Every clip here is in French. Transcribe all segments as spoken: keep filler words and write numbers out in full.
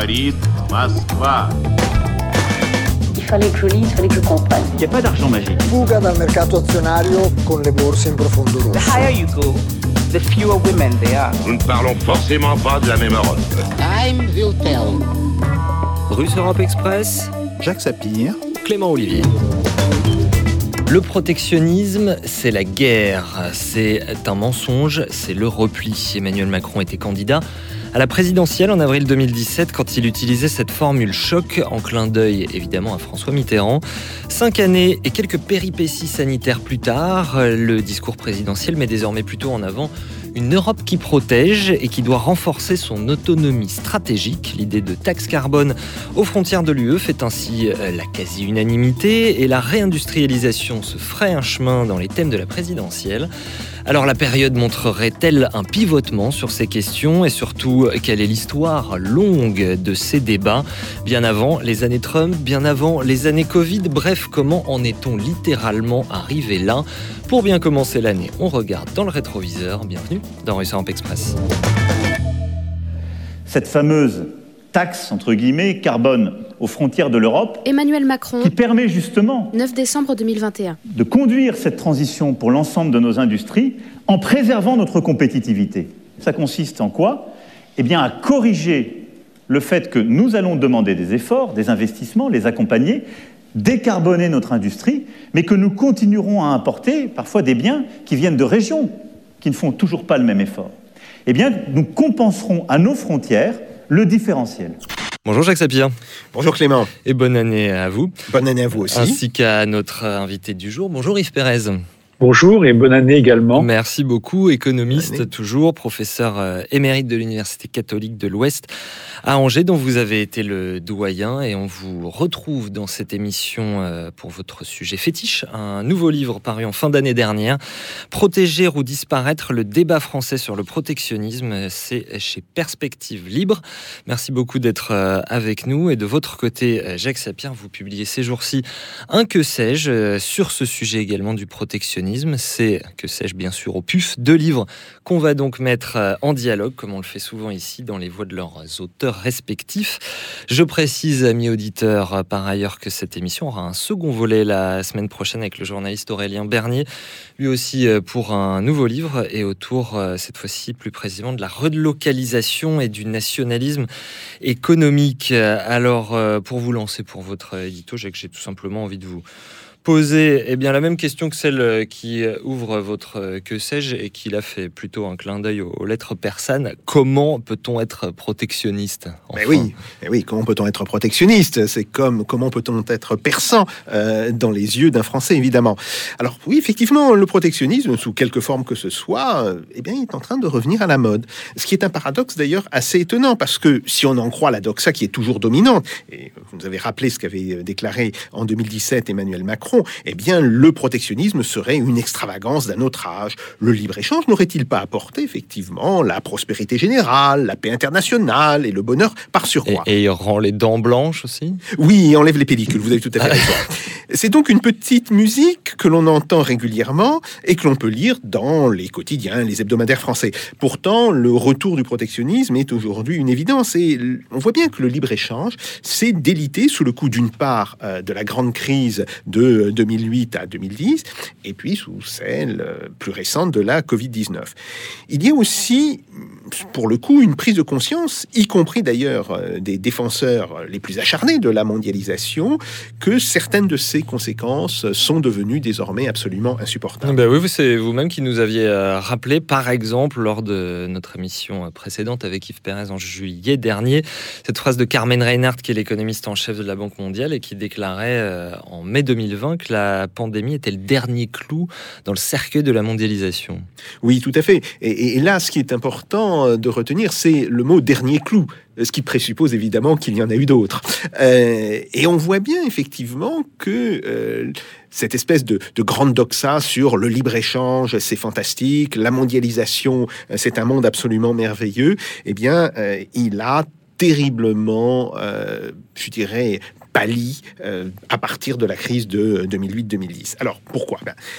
Говорит Москва. Il fallait que je lise, il fallait que je comprenne. Il n'y a pas d'argent magique. Fuga dal mercato azionario con le borse in profondo rosso. The higher you go, the fewer women there are. Nous ne parlons forcément pas de la même Europe. Time will tell. Russe Europe Express, Jacques Sapir, Clément Olivier. Le protectionnisme, c'est la guerre, c'est un mensonge, c'est le repli. Emmanuel Macron était candidat à la présidentielle en avril deux mille dix-sept quand il utilisait cette formule choc en clin d'œil évidemment à François Mitterrand. Cinq années et quelques péripéties sanitaires plus tard, le discours présidentiel met désormais plutôt en avant une Europe qui protège et qui doit renforcer son autonomie stratégique. L'idée de taxe carbone aux frontières de l'U E fait ainsi la quasi-unanimité et la réindustrialisation se ferait un chemin dans les thèmes de la présidentielle. Alors la période montrerait-elle un pivotement sur ces questions et surtout quelle est l'histoire longue de ces débats bien avant les années Trump, bien avant les années Covid, bref, comment en est-on littéralement arrivé là? Pour bien commencer l'année, on regarde dans le rétroviseur. Bienvenue dans Russe Europe Express. Cette fameuse taxe, entre guillemets, carbone aux frontières de l'Europe, Emmanuel Macron, qui permet justement neuf décembre deux mille vingt et un. de conduire cette transition pour l'ensemble de nos industries en préservant notre compétitivité. Ça consiste en quoi? Eh bien, à corriger le fait que nous allons demander des efforts, des investissements, les accompagner, décarboner notre industrie, mais que nous continuerons à importer parfois des biens qui viennent de régions qui ne font toujours pas le même effort. Eh bien, nous compenserons à nos frontières le différentiel. Bonjour Jacques Sapir. Bonjour Clément. Et bonne année à vous. Bonne année à vous aussi. Ainsi qu'à notre invité du jour. Bonjour Yves Pérez. Bonjour et bonne année également. Merci beaucoup, économiste toujours, professeur euh, émérite de l'Université catholique de l'Ouest à Angers, dont vous avez été le doyen, et on vous retrouve dans cette émission euh, pour votre sujet fétiche, un nouveau livre paru en fin d'année dernière, Protéger ou disparaître, le débat français sur le protectionnisme, c'est chez Perspective Libre. Merci beaucoup d'être euh, avec nous, et de votre côté, Jacques Sapir, vous publiez ces jours-ci un que sais-je euh, sur ce sujet également du protectionnisme. C'est, que sais-je bien sûr, au P U F, deux livres qu'on va donc mettre en dialogue, comme on le fait souvent ici, dans les voix de leurs auteurs respectifs. Je précise, amis auditeurs, par ailleurs, que cette émission aura un second volet la semaine prochaine avec le journaliste Aurélien Bernier, lui aussi pour un nouveau livre, et autour, cette fois-ci, plus précisément, de la relocalisation et du nationalisme économique. Alors, pour vous lancer pour votre édito, j'ai tout simplement envie de vous poser eh bien, la même question que celle qui ouvre votre que sais-je et qui l'a fait plutôt un clin d'œil aux, aux lettres persanes. Comment peut-on être protectionniste enfin? Mais oui, mais oui, comment peut-on être protectionniste? C'est comme comment peut-on être persan euh, dans les yeux d'un Français, évidemment. Alors oui, effectivement, le protectionnisme, sous quelque forme que ce soit, euh, eh bien, il est en train de revenir à la mode. Ce qui est un paradoxe d'ailleurs assez étonnant, parce que si on en croit la doxa qui est toujours dominante, et vous nous avez rappelé ce qu'avait déclaré en deux mille dix-sept Emmanuel Macron, eh bien, le protectionnisme serait une extravagance d'un autre âge. Le libre-échange n'aurait-il pas apporté, effectivement, la prospérité générale, la paix internationale et le bonheur par surcroît? Et, et il rend les dents blanches aussi? Oui, et enlève les pellicules, vous avez tout à fait raison. C'est donc une petite musique que l'on entend régulièrement et que l'on peut lire dans les quotidiens, les hebdomadaires français. Pourtant, le retour du protectionnisme est aujourd'hui une évidence, et on voit bien que le libre-échange s'est délité sous le coup, d'une part, euh, de la grande crise de deux mille huit à deux mille dix, et puis sous celle plus récente de la covid dix-neuf. Il y a aussi, pour le coup, une prise de conscience, y compris d'ailleurs des défenseurs les plus acharnés de la mondialisation, que certaines de ces conséquences sont devenues désormais absolument insupportables. Ben oui, c'est vous-même qui nous aviez rappelé, par exemple, lors de notre émission précédente avec Yves Pérez en juillet dernier, cette phrase de Carmen Reinhardt, qui est l'économiste en chef de la Banque mondiale et qui déclarait en mai deux mille vingt que la pandémie était le dernier clou dans le cercueil de la mondialisation. Oui, tout à fait. Et, et là, ce qui est important de retenir, c'est le mot « dernier clou », ce qui présuppose évidemment qu'il y en a eu d'autres. Euh, et on voit bien effectivement que euh, cette espèce de, de grande doxa sur le libre-échange, c'est fantastique, la mondialisation, c'est un monde absolument merveilleux, eh bien, euh, il a terriblement, euh, je dirais, pâli euh, à partir de la crise de deux mille huit deux mille dix. Alors, pourquoi ? Ben,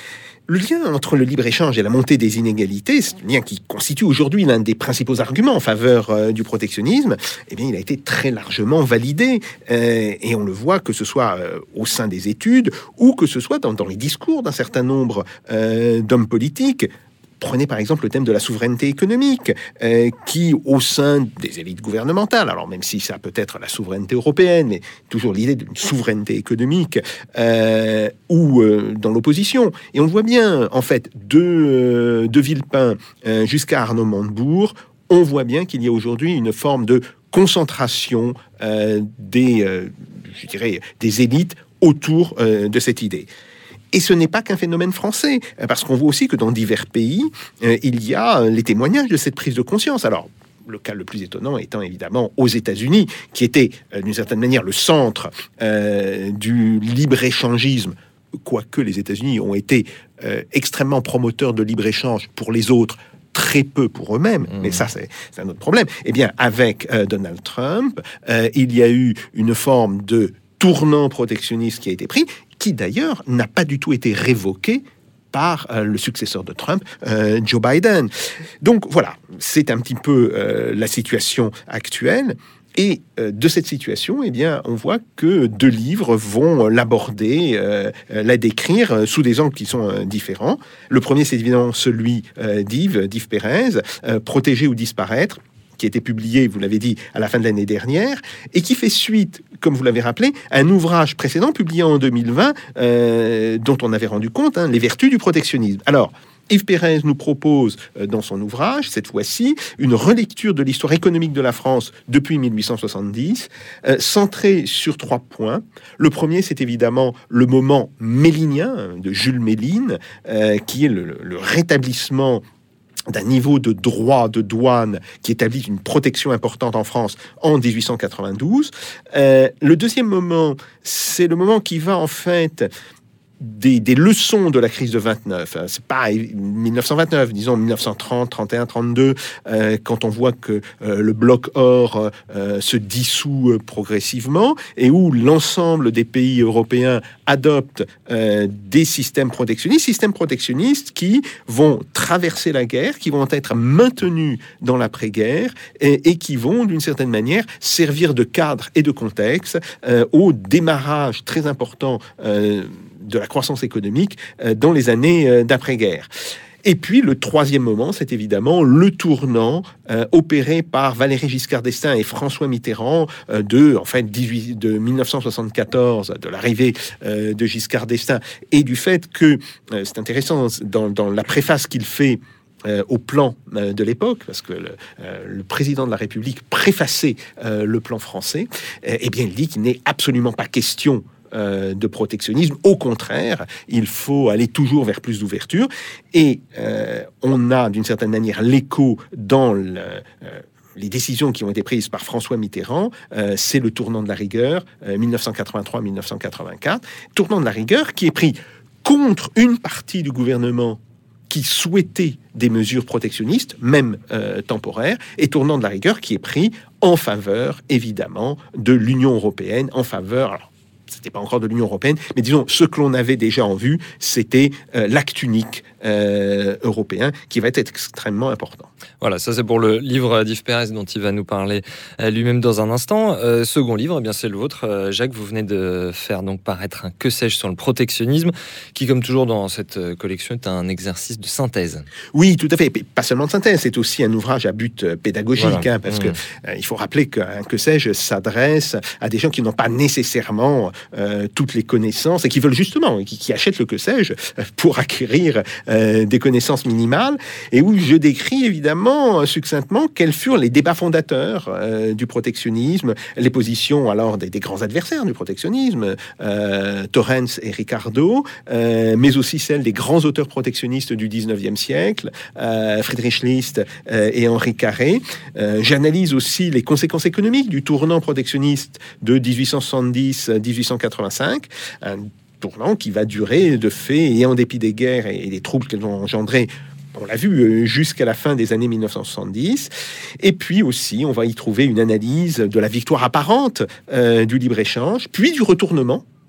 le lien entre le libre-échange et la montée des inégalités, c'est un lien qui constitue aujourd'hui l'un des principaux arguments en faveur euh, du protectionnisme. Eh bien, il a été très largement validé. Euh, et on le voit que ce soit euh, au sein des études ou que ce soit dans, dans les discours d'un certain nombre euh, d'hommes politiques. Prenez par exemple le thème de la souveraineté économique, euh, qui, au sein des élites gouvernementales, alors même si ça peut être la souveraineté européenne, mais toujours l'idée d'une souveraineté économique, euh, ou euh, dans l'opposition. Et on le voit bien, en fait, de, euh, de Villepin euh, jusqu'à Arnaud Montebourg, on voit bien qu'il y a aujourd'hui une forme de concentration euh, des, euh, je dirais, des élites autour euh, de cette idée. Et ce n'est pas qu'un phénomène français, parce qu'on voit aussi que dans divers pays, euh, il y a les témoignages de cette prise de conscience. Alors, le cas le plus étonnant étant évidemment aux États-Unis, qui était euh, d'une certaine manière le centre euh, du libre-échangisme, quoique les États-Unis ont été euh, extrêmement promoteurs de libre-échange pour les autres, très peu pour eux-mêmes, mmh. mais ça c'est, c'est un autre problème. Eh bien, avec euh, Donald Trump, euh, il y a eu une forme de tournant protectionniste qui a été pris, qui d'ailleurs n'a pas du tout été révoqué par euh, le successeur de Trump, euh, Joe Biden. Donc voilà, c'est un petit peu euh, la situation actuelle. Et euh, de cette situation, eh bien, on voit que deux livres vont l'aborder, euh, la décrire euh, sous des angles qui sont euh, différents. Le premier, c'est évidemment celui euh, d'Yves, d'Yves Pérez, euh, Protéger ou disparaître, qui a été publié, vous l'avez dit, à la fin de l'année dernière, et qui fait suite, comme vous l'avez rappelé, à un ouvrage précédent publié en deux mille vingt, euh, dont on avait rendu compte, hein, Les vertus du protectionnisme. Alors, Yves Pérez nous propose, euh, dans son ouvrage, cette fois-ci, une relecture de l'histoire économique de la France depuis mille huit cent soixante-dix, euh, centrée sur trois points. Le premier, c'est évidemment le moment mélinien de Jules Méline, euh, qui est le, le rétablissement d'un niveau de droit de douane qui établit une protection importante en France en dix-huit cent quatre-vingt-douze. Euh, le deuxième moment, c'est le moment qui va en fait Des, des leçons de la crise de vingt-neuf. C'est pas mille neuf cent vingt-neuf, disons mille neuf cent trente, trente et un, trente-deux, euh, quand on voit que euh, le bloc or euh, se dissout euh, progressivement et où l'ensemble des pays européens adoptent euh, des systèmes protectionnistes, systèmes protectionnistes qui vont traverser la guerre, qui vont être maintenus dans l'après-guerre et, et qui vont, d'une certaine manière, servir de cadre et de contexte euh, au démarrage très important euh, de la croissance économique euh, dans les années euh, d'après-guerre. Et puis, le troisième moment, c'est évidemment le tournant euh, opéré par Valéry Giscard d'Estaing et François Mitterrand euh, de, en fait, dix-huit, de mille neuf cent soixante-quatorze, de l'arrivée euh, de Giscard d'Estaing, et du fait que, euh, c'est intéressant, dans, dans la préface qu'il fait Euh, au plan euh, de l'époque, parce que le, euh, le président de la République préfaçait euh, le plan français, euh, eh bien, il dit qu'il n'est absolument pas question euh, de protectionnisme. Au contraire, il faut aller toujours vers plus d'ouverture. Et euh, on a, d'une certaine manière, l'écho dans le... Euh, les décisions qui ont été prises par François Mitterrand, euh, c'est le tournant de la rigueur, euh, mille neuf cent quatre-vingt-trois mille neuf cent quatre-vingt-quatre, tournant de la rigueur qui est pris contre une partie du gouvernement qui souhaitait des mesures protectionnistes, même euh, temporaires, et tournant de la rigueur qui est pris en faveur, évidemment, de l'Union européenne, en faveur... Alors, c'était pas encore de l'Union européenne, mais disons, ce que l'on avait déjà en vue, c'était euh, l'acte unique euh, européen, qui va être extrêmement important. Voilà, ça c'est pour le livre d'Yves Pérez dont il va nous parler euh, lui-même dans un instant. Euh, second livre, eh bien c'est le vôtre, euh, Jacques. Vous venez de faire donc paraître un Que sais-je sur le protectionnisme, qui, comme toujours dans cette collection, est un exercice de synthèse. Oui, tout à fait. Pas seulement de synthèse, c'est aussi un ouvrage à but pédagogique, voilà. hein, parce mmh. que euh, il faut rappeler qu'un Que sais-je s'adresse à des gens qui n'ont pas nécessairement euh, toutes les connaissances et qui veulent justement, qui, qui achètent le Que sais-je pour acquérir euh, des connaissances minimales, et où je décris évidemment succinctement quels furent les débats fondateurs euh, du protectionnisme, les positions alors des, des grands adversaires du protectionnisme, euh, Torrens et Ricardo, euh, mais aussi celles des grands auteurs protectionnistes du dix-neuvième siècle, euh, Friedrich List euh, et Henri Carré. Euh, j'analyse aussi les conséquences économiques du tournant protectionniste de dix-huit cent soixante-dix à dix-huit cent quatre-vingt-cinq, un tournant qui va durer de fait, et en dépit des guerres et des troubles qu'elles ont engendrés, on l'a vu, jusqu'à la fin des années mille neuf cent soixante-dix. Et puis aussi, on va y trouver une analyse de la victoire apparente euh, du libre-échange, puis du retournement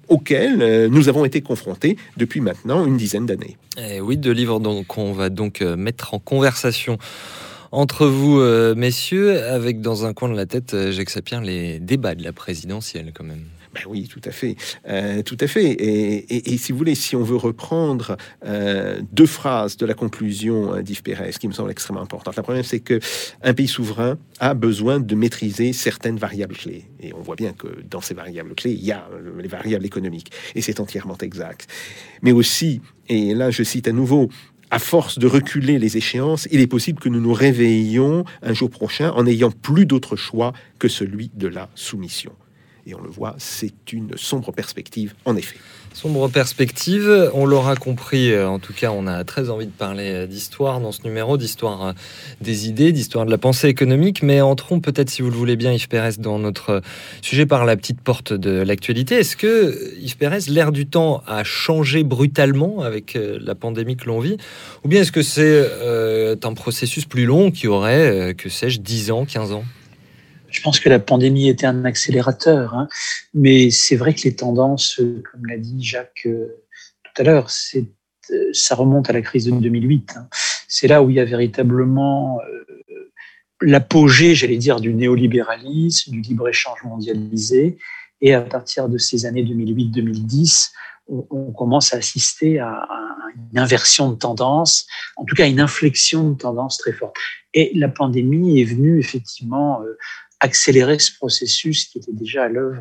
auxquels euh, nous avons été confrontés depuis maintenant une dizaine d'années. Et oui, deux livres donc on va donc mettre en conversation entre vous, euh, messieurs, avec dans un coin de la tête, euh, Jacques Sapir, les débats de la présidentielle quand même. Ben oui, tout à fait, euh, tout à fait. Et, et, et si vous voulez, si on veut reprendre euh, deux phrases de la conclusion d'Yves Pérez, qui me semble extrêmement importante. La première, c'est que un pays souverain a besoin de maîtriser certaines variables clés. Et on voit bien que dans ces variables clés, il y a les variables économiques. Et c'est entièrement exact. Mais aussi, et là je cite à nouveau, à force de reculer les échéances, il est possible que nous nous réveillions un jour prochain en n'ayant plus d'autre choix que celui de la soumission. Et on le voit, c'est une sombre perspective, en effet. Sombre perspective, on l'aura compris, en tout cas, on a très envie de parler d'histoire dans ce numéro, d'histoire des idées, d'histoire de la pensée économique, mais entrons peut-être, si vous le voulez bien, Yves Pérez, dans notre sujet par la petite porte de l'actualité. Est-ce que, Yves Pérez, l'ère du temps a changé brutalement avec la pandémie que l'on vit, ou bien est-ce que c'est euh, un processus plus long qui aurait, euh, que sais-je, dix ans, quinze ans ? Je pense que la pandémie était un accélérateur, hein, mais c'est vrai que les tendances, comme l'a dit Jacques euh, tout à l'heure, c'est, euh, ça remonte à la crise de deux mille huit. Hein. C'est là où il y a véritablement euh, l'apogée, j'allais dire, du néolibéralisme, du libre-échange mondialisé, et à partir de ces années deux mille huit deux mille dix, on, on commence à assister à, à une inversion de tendance, en tout cas une inflexion de tendance très forte. Et la pandémie est venue effectivement euh, accélérer ce processus qui était déjà à l'œuvre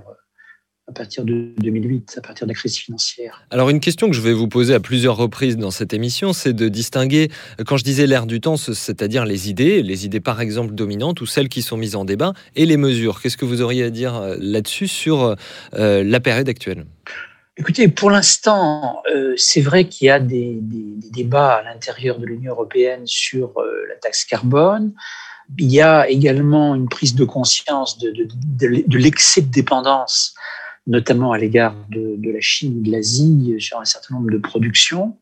à partir de deux mille huit, à partir de la crise financière. Alors une question que je vais vous poser à plusieurs reprises dans cette émission, c'est de distinguer, quand je disais l'ère du temps, c'est-à-dire les idées, les idées par exemple dominantes ou celles qui sont mises en débat, et les mesures. Qu'est-ce que vous auriez à dire là-dessus sur euh, la période actuelle ? Écoutez, pour l'instant, euh, c'est vrai qu'il y a des, des, des débats à l'intérieur de l'Union européenne sur euh, la taxe carbone. Il y a également une prise de conscience de, de, de, de l'excès de dépendance, notamment à l'égard de, de la Chine ou de l'Asie, sur un certain nombre de productions.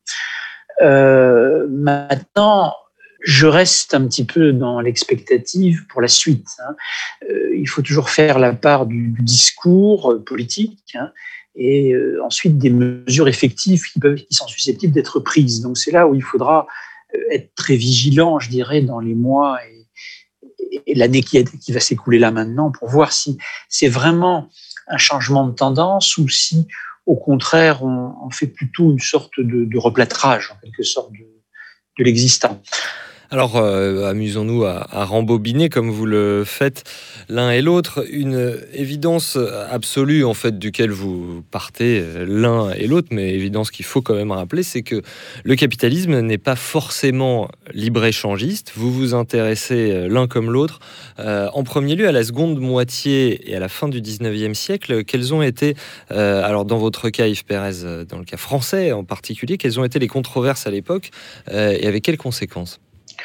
Euh, maintenant, je reste un petit peu dans l'expectative pour la suite. Hein. Euh, il faut toujours faire la part du, du discours politique, hein, et euh, ensuite des mesures effectives qui, peuvent, qui sont susceptibles d'être prises. Donc c'est là où il faudra être très vigilant, je dirais, dans les mois et, et l'année qui, est, qui va s'écouler là maintenant, pour voir si c'est vraiment un changement de tendance ou si, au contraire, on, on fait plutôt une sorte de, de replâtrage, en quelque sorte, de, de l'existant. Alors, euh, amusons-nous à, à rembobiner, comme vous le faites l'un et l'autre, une évidence absolue, en fait, duquel vous partez l'un et l'autre, mais évidence qu'il faut quand même rappeler, c'est que le capitalisme n'est pas forcément libre-échangiste. Vous vous intéressez l'un comme l'autre, euh, en premier lieu à la seconde moitié et à la fin du dix-neuvième siècle. Quelles ont été, euh, alors dans votre cas, Yves Pérez, dans le cas français en particulier, quelles ont été les controverses à l'époque euh, et avec quelles conséquences ?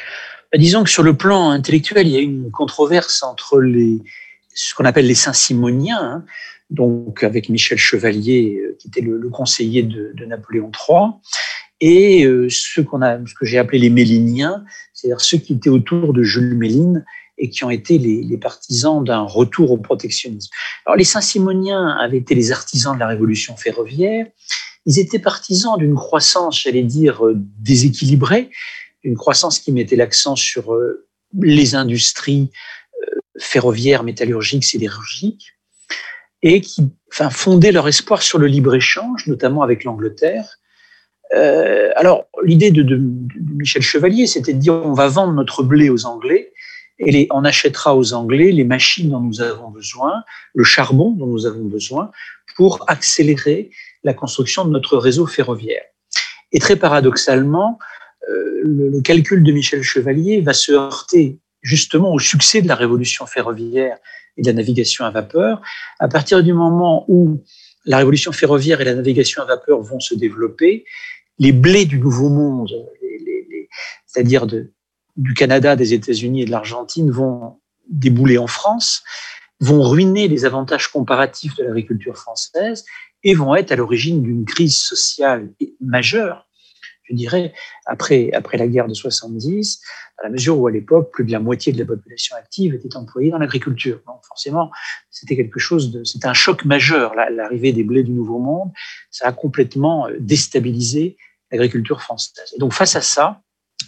Disons que sur le plan intellectuel, il y a une controverse entre les, ce qu'on appelle les Saint-Simoniens, hein, donc avec Michel Chevalier, qui était le, le conseiller de, de Napoléon trois, et euh, ceux qu'on a, ce que j'ai appelé les Méliniens, c'est-à-dire ceux qui étaient autour de Jules Méline et qui ont été les, les partisans d'un retour au protectionnisme. Alors les Saint-Simoniens avaient été les artisans de la révolution ferroviaire. Ils étaient partisans d'une croissance, j'allais dire, déséquilibrée, une croissance qui mettait l'accent sur euh, les industries euh, ferroviaires, métallurgiques, sidérurgiques, et qui enfin, fondaient leur espoir sur le libre-échange, notamment avec l'Angleterre. Euh, alors, l'idée de, de, de Michel Chevalier, c'était de dire on va vendre notre blé aux Anglais et les, on achètera aux Anglais les machines dont nous avons besoin, le charbon dont nous avons besoin, pour accélérer la construction de notre réseau ferroviaire. Et très paradoxalement, Le, le calcul de Michel Chevalier va se heurter justement au succès de la révolution ferroviaire et de la navigation à vapeur. À partir du moment où la révolution ferroviaire et la navigation à vapeur vont se développer, les blés du Nouveau Monde, les, les, les, c'est-à-dire de, du Canada, des États-Unis et de l'Argentine, vont débouler en France, vont ruiner les avantages comparatifs de l'agriculture française et vont être à l'origine d'une crise sociale majeure. je dirais, après, après la guerre de soixante-dix, à la mesure où, à l'époque, plus de la moitié de la population active était employée dans l'agriculture. Donc, forcément, c'était quelque chose de, c'était un choc majeur. L'arrivée des blés du Nouveau Monde, ça a complètement déstabilisé l'agriculture française. Et donc, face à ça,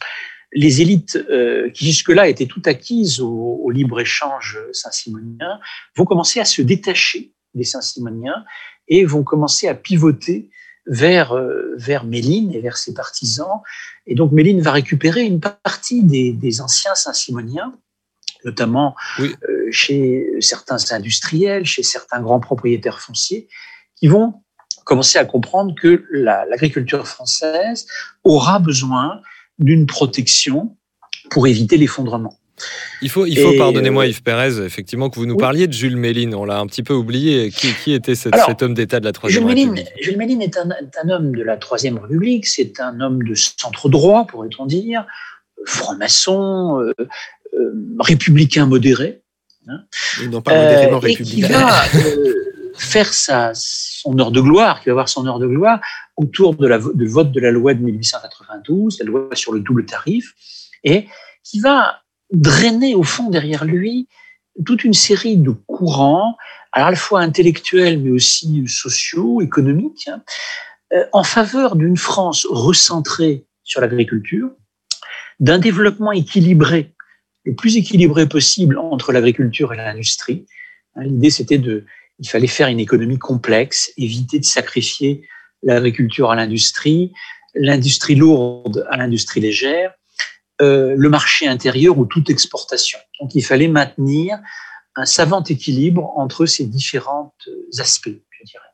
les élites euh, qui jusque-là étaient toutes acquises au, au libre-échange saint-simonien vont commencer à se détacher des Saint-Simoniens et vont commencer à pivoter vers, euh, vers Méline et vers ses partisans. Et donc Méline va récupérer une partie des, des anciens Saint-Simoniens, notamment oui. euh, chez certains industriels, chez certains grands propriétaires fonciers, qui vont commencer à comprendre que la, l'agriculture française aura besoin d'une protection pour éviter l'effondrement. Il faut, il faut pardonnez-moi Yves Pérez, effectivement, que vous nous oui. parliez de Jules Méline. On l'a un petit peu oublié. Qui, qui était cette, Alors, cet homme d'État de la Troisième République ? Jules Méline est un, est un homme de la Troisième République. C'est un homme de centre-droit, pourrait-on dire, franc-maçon, euh, euh, républicain modéré. Hein, et non pas modérément euh, Et républicain. qui va euh, faire sa, son heure de gloire, qui va avoir son heure de gloire autour de la, du vote de la loi de dix-huit cent quatre-vingt-douze, la loi sur le double tarif, et qui va drainer au fond derrière lui toute une série de courants, à la fois intellectuels mais aussi sociaux, économiques, hein, euh, en faveur d'une France recentrée sur l'agriculture, d'un développement équilibré, le plus équilibré possible entre l'agriculture et l'industrie. Hein, l'idée, c'était de, il fallait faire une économie complexe, éviter de sacrifier l'agriculture à l'industrie, l'industrie lourde à l'industrie légère, Euh, le marché intérieur ou toute exportation. Donc, il fallait maintenir un savant équilibre entre ces différents aspects, je dirais.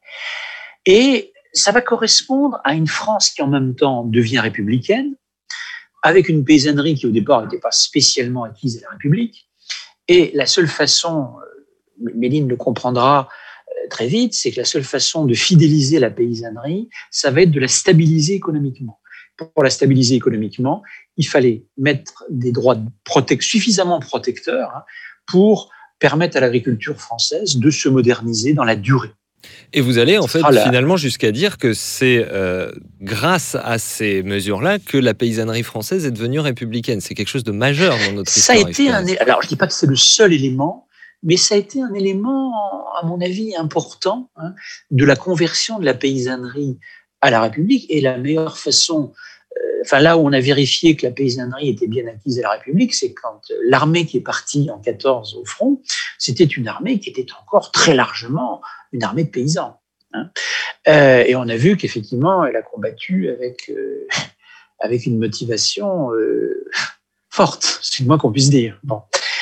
Et ça va correspondre à une France qui, en même temps, devient républicaine, avec une paysannerie qui, au départ, n'était pas spécialement acquise à la République. Et la seule façon, Méline le comprendra très vite, c'est que la seule façon de fidéliser la paysannerie, ça va être de la stabiliser économiquement. Pour la stabiliser économiquement, il fallait mettre des droits protect- suffisamment protecteurs hein, pour permettre à l'agriculture française de se moderniser dans la durée. Et vous allez en fait ah finalement jusqu'à dire que c'est euh, grâce à ces mesures-là que la paysannerie française est devenue républicaine. C'est quelque chose de majeur dans notre ça histoire. A été un, alors je ne dis pas que c'est le seul élément, mais ça a été un élément, à mon avis, important hein, de la conversion de la paysannerie à la République. Et la meilleure façon, euh, enfin là où on a vérifié que la paysannerie était bien acquise à la République, c'est quand l'armée qui est partie en quatorze au front, c'était une armée qui était encore très largement une armée de paysans. Hein. Euh, et on a vu qu'effectivement, elle a combattu avec, euh, avec une motivation euh, forte, c'est le moins qu'on puisse dire. Bon.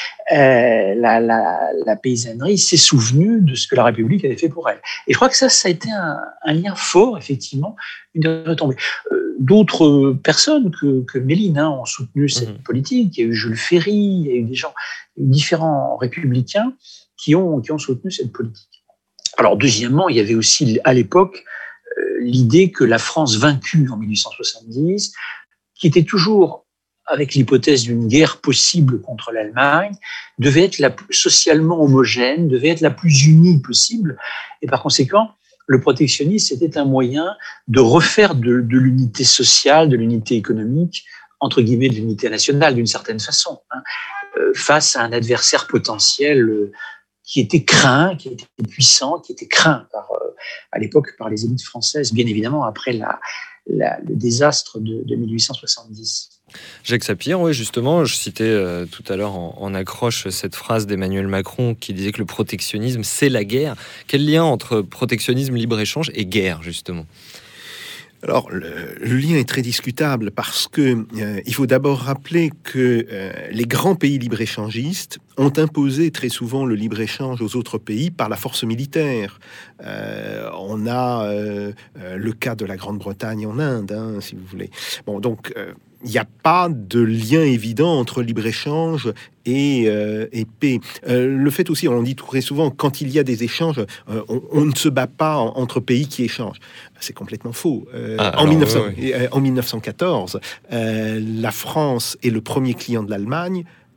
Euh, la, la, la paysannerie s'est souvenue de ce que la République avait fait pour elle. Et je crois que ça, ça a été un, un lien fort, effectivement, une retombée. Euh, d'autres personnes que, que Méline hein, ont soutenu cette mmh. politique. Il y a eu Jules Ferry, il y a eu des gens, différents républicains qui ont, qui ont soutenu cette politique. Alors, deuxièmement, il y avait aussi, à l'époque, euh, l'idée que la France vaincue en dix-huit cent soixante-dix, qui était toujours avec l'hypothèse d'une guerre possible contre l'Allemagne, devait être la plus socialement homogène, devait être la plus unie possible. Et par conséquent, le protectionnisme était un moyen de refaire de, de l'unité sociale, de l'unité économique, entre guillemets, de l'unité nationale, d'une certaine façon, hein, euh, face à un adversaire potentiel euh, qui était craint, qui était puissant, qui était craint par, euh, à l'époque par les élites françaises, bien évidemment, après la, la, le désastre de, de dix-huit cent soixante-dix. Jacques Sapir, oui, justement, je citais euh, tout à l'heure en, en accroche cette phrase d'Emmanuel Macron qui disait que le protectionnisme, c'est la guerre. Quel lien entre protectionnisme, libre-échange et guerre, justement ? Alors, le, le lien est très discutable parce que euh, il faut d'abord rappeler que euh, les grands pays libre-échangistes ont imposé très souvent le libre-échange aux autres pays par la force militaire. Euh, on a euh, euh, le cas de la Grande-Bretagne en Inde, hein, si vous voulez. Bon, donc... Euh, il n'y a pas de lien évident entre libre-échange et, euh, et paix. Euh, le fait aussi, on dit très souvent, quand il y a des échanges, euh, on, on ne se bat pas en, entre pays qui échangent. C'est complètement faux. Euh, ah, en, alors, mille neuf cents, oui, oui. Euh, en dix-neuf cent quatorze, euh, la France est le premier client de l'Allemagne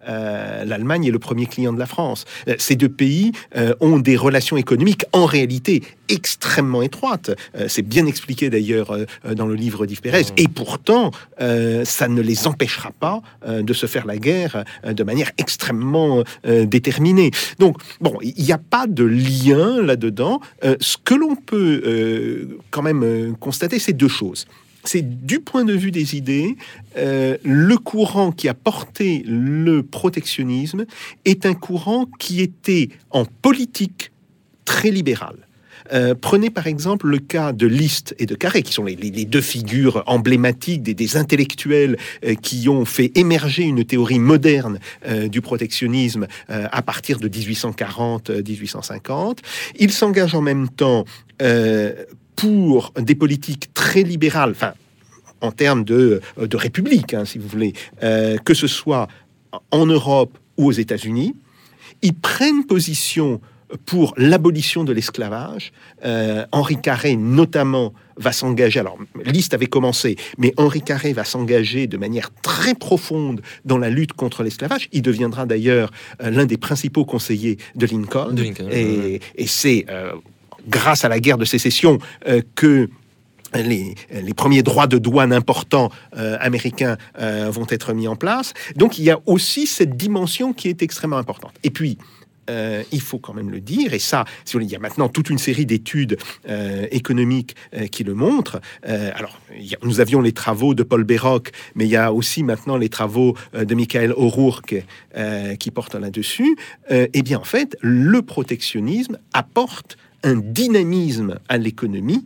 euh, l'Allemagne est le premier client de la France. Euh, ces deux pays euh, ont des relations économiques en réalité extrêmement étroites. Euh, c'est bien expliqué d'ailleurs euh, dans le livre d'Yves Pérez. Mmh. Et pourtant, euh, ça ne les empêchera pas euh, de se faire la guerre euh, de manière extrêmement euh, déterminée. Donc, bon, il n'y a pas de lien là-dedans. Euh, ce que l'on peut euh, quand même euh, constater, c'est deux choses. C'est du point de vue des idées, euh, le courant qui a porté le protectionnisme est un courant qui était en politique très libéral. Euh, prenez par exemple le cas de Liszt et de Carré, qui sont les, les, les deux figures emblématiques des, des intellectuels euh, qui ont fait émerger une théorie moderne euh, du protectionnisme euh, à partir de dix-huit cent quarante à dix-huit cent cinquante. Ils s'engagent en même temps euh, pour des politiques très libérales, enfin, en termes de, de république, hein, si vous voulez, euh, que ce soit en Europe ou aux États-Unis. Ils prennent position pour l'abolition de l'esclavage. Euh, Henri Carré, notamment, va s'engager, alors Liszt avait commencé, mais Henri Carré va s'engager de manière très profonde dans la lutte contre l'esclavage. Il deviendra d'ailleurs euh, l'un des principaux conseillers de Lincoln. De Lincoln et, ouais. et c'est euh, grâce à la guerre de sécession euh, que Les, les premiers droits de douane importants euh, américains euh, vont être mis en place. Donc il y a aussi cette dimension qui est extrêmement importante. Et puis, euh, il faut quand même le dire, et ça, si vous voulez, il y a maintenant toute une série d'études euh, économiques euh, qui le montrent. Euh, alors, il y a, nous avions les travaux de Paul Béroc, mais il y a aussi maintenant les travaux euh, de Michael O'Rourke euh, qui portent là-dessus. Euh, eh bien, en fait, le protectionnisme apporte un dynamisme à l'économie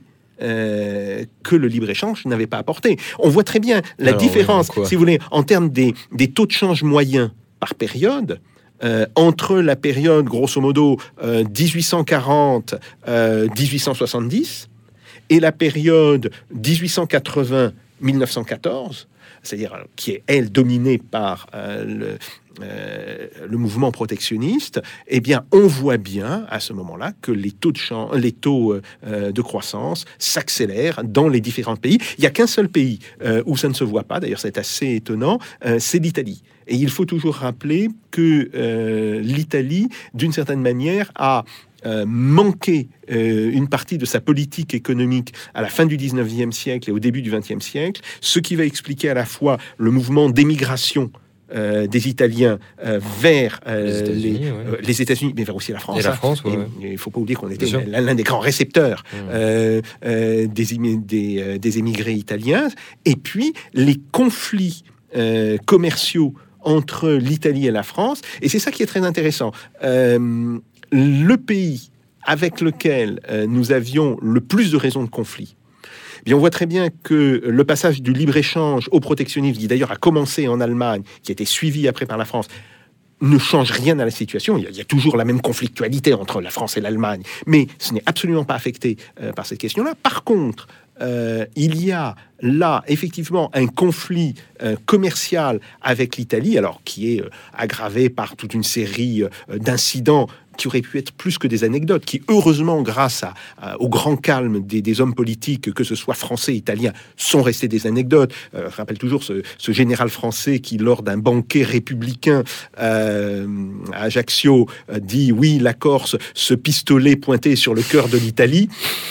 Euh, que le libre-échange n'avait pas apporté. On voit très bien la Alors, différence, oui, si vous voulez, en termes des, des taux de change moyens par période, euh, entre la période, grosso modo, euh, dix-huit cent quarante à dix-huit cent soixante-dix, et la période dix-huit cent quatre-vingts à mille neuf cent quatorze, c'est-à-dire qui est, elle, dominée par euh, le... Euh, le mouvement protectionniste, eh bien, on voit bien à ce moment-là que les taux de, champ, les taux, euh, de croissance s'accélèrent dans les différents pays. Il n'y a qu'un seul pays euh, où ça ne se voit pas, d'ailleurs c'est assez étonnant, euh, c'est l'Italie. Et il faut toujours rappeler que euh, l'Italie, d'une certaine manière, a Euh, manquer euh, une partie de sa politique économique à la fin du dix-neuvième siècle et au début du vingtième siècle, ce qui va expliquer à la fois le mouvement d'émigration Euh, des Italiens euh, vers euh, les, États-Unis, les, ouais. euh, les États-Unis, mais vers aussi la France. Et la France, hein. ouais, Il ne faut pas oublier qu'on était l'un des grands récepteurs mmh. euh, euh, des, des, euh, des émigrés italiens. Et puis, les conflits euh, commerciaux entre l'Italie et la France. Et c'est ça qui est très intéressant. Euh, le pays avec lequel euh, nous avions le plus de raisons de conflit, eh bien, on voit très bien que le passage du libre-échange au protectionnisme, qui d'ailleurs a commencé en Allemagne, qui a été suivi après par la France, ne change rien à la situation. Il y a, il y a toujours la même conflictualité entre la France et l'Allemagne, mais ce n'est absolument pas affecté euh, par cette question-là. Par contre, euh, il y a là, effectivement, un conflit euh, commercial avec l'Italie, alors qui est euh, aggravé par toute une série euh, d'incidents qui auraient pu être plus que des anecdotes, qui, heureusement, grâce à, à, au grand calme des, des hommes politiques, que ce soit français, italiens, sont restés des anecdotes. Euh, je rappelle toujours ce, ce général français qui, lors d'un banquet républicain euh, à Ajaccio, euh, dit « Oui, la Corse, ce pistolet pointé sur le cœur de l'Italie ».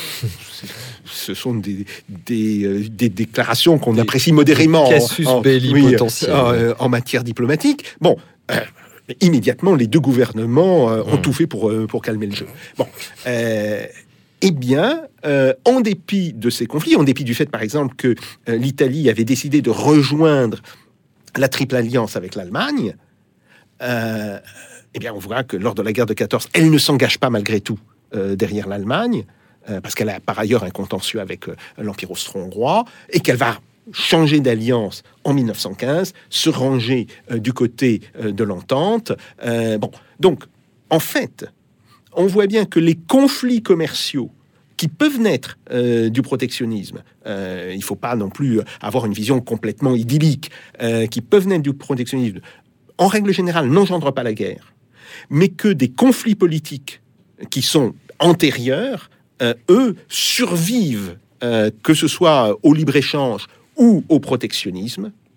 Ce sont des, des, euh, des déclarations qu'on des, apprécie modérément casus en, en, belli oui, potentiel, en, ouais. en matière diplomatique. Bon, euh, immédiatement, les deux gouvernements euh, ont mmh. tout fait pour, euh, pour calmer le jeu. Bon, euh, eh bien, euh, en dépit de ces conflits, en dépit du fait, par exemple, que euh, l'Italie avait décidé de rejoindre la Triple Alliance avec l'Allemagne, euh, eh bien, on voit que lors de la guerre de quatorze, elle ne s'engage pas malgré tout euh, derrière l'Allemagne, euh, parce qu'elle a par ailleurs un contentieux avec euh, l'Empire austro-hongrois, et qu'elle va changer d'alliance en mille neuf cent quinze, se ranger euh, du côté euh, de l'entente. Euh, bon, donc, en fait, on voit bien que les conflits commerciaux qui peuvent naître euh, du protectionnisme, euh, il ne faut pas non plus avoir une vision complètement idyllique, euh, qui peuvent naître du protectionnisme, en règle générale, n'engendrent pas la guerre, mais que des conflits politiques qui sont antérieurs, euh, eux, survivent, euh, que ce soit au libre-échange ou au protectionnisme,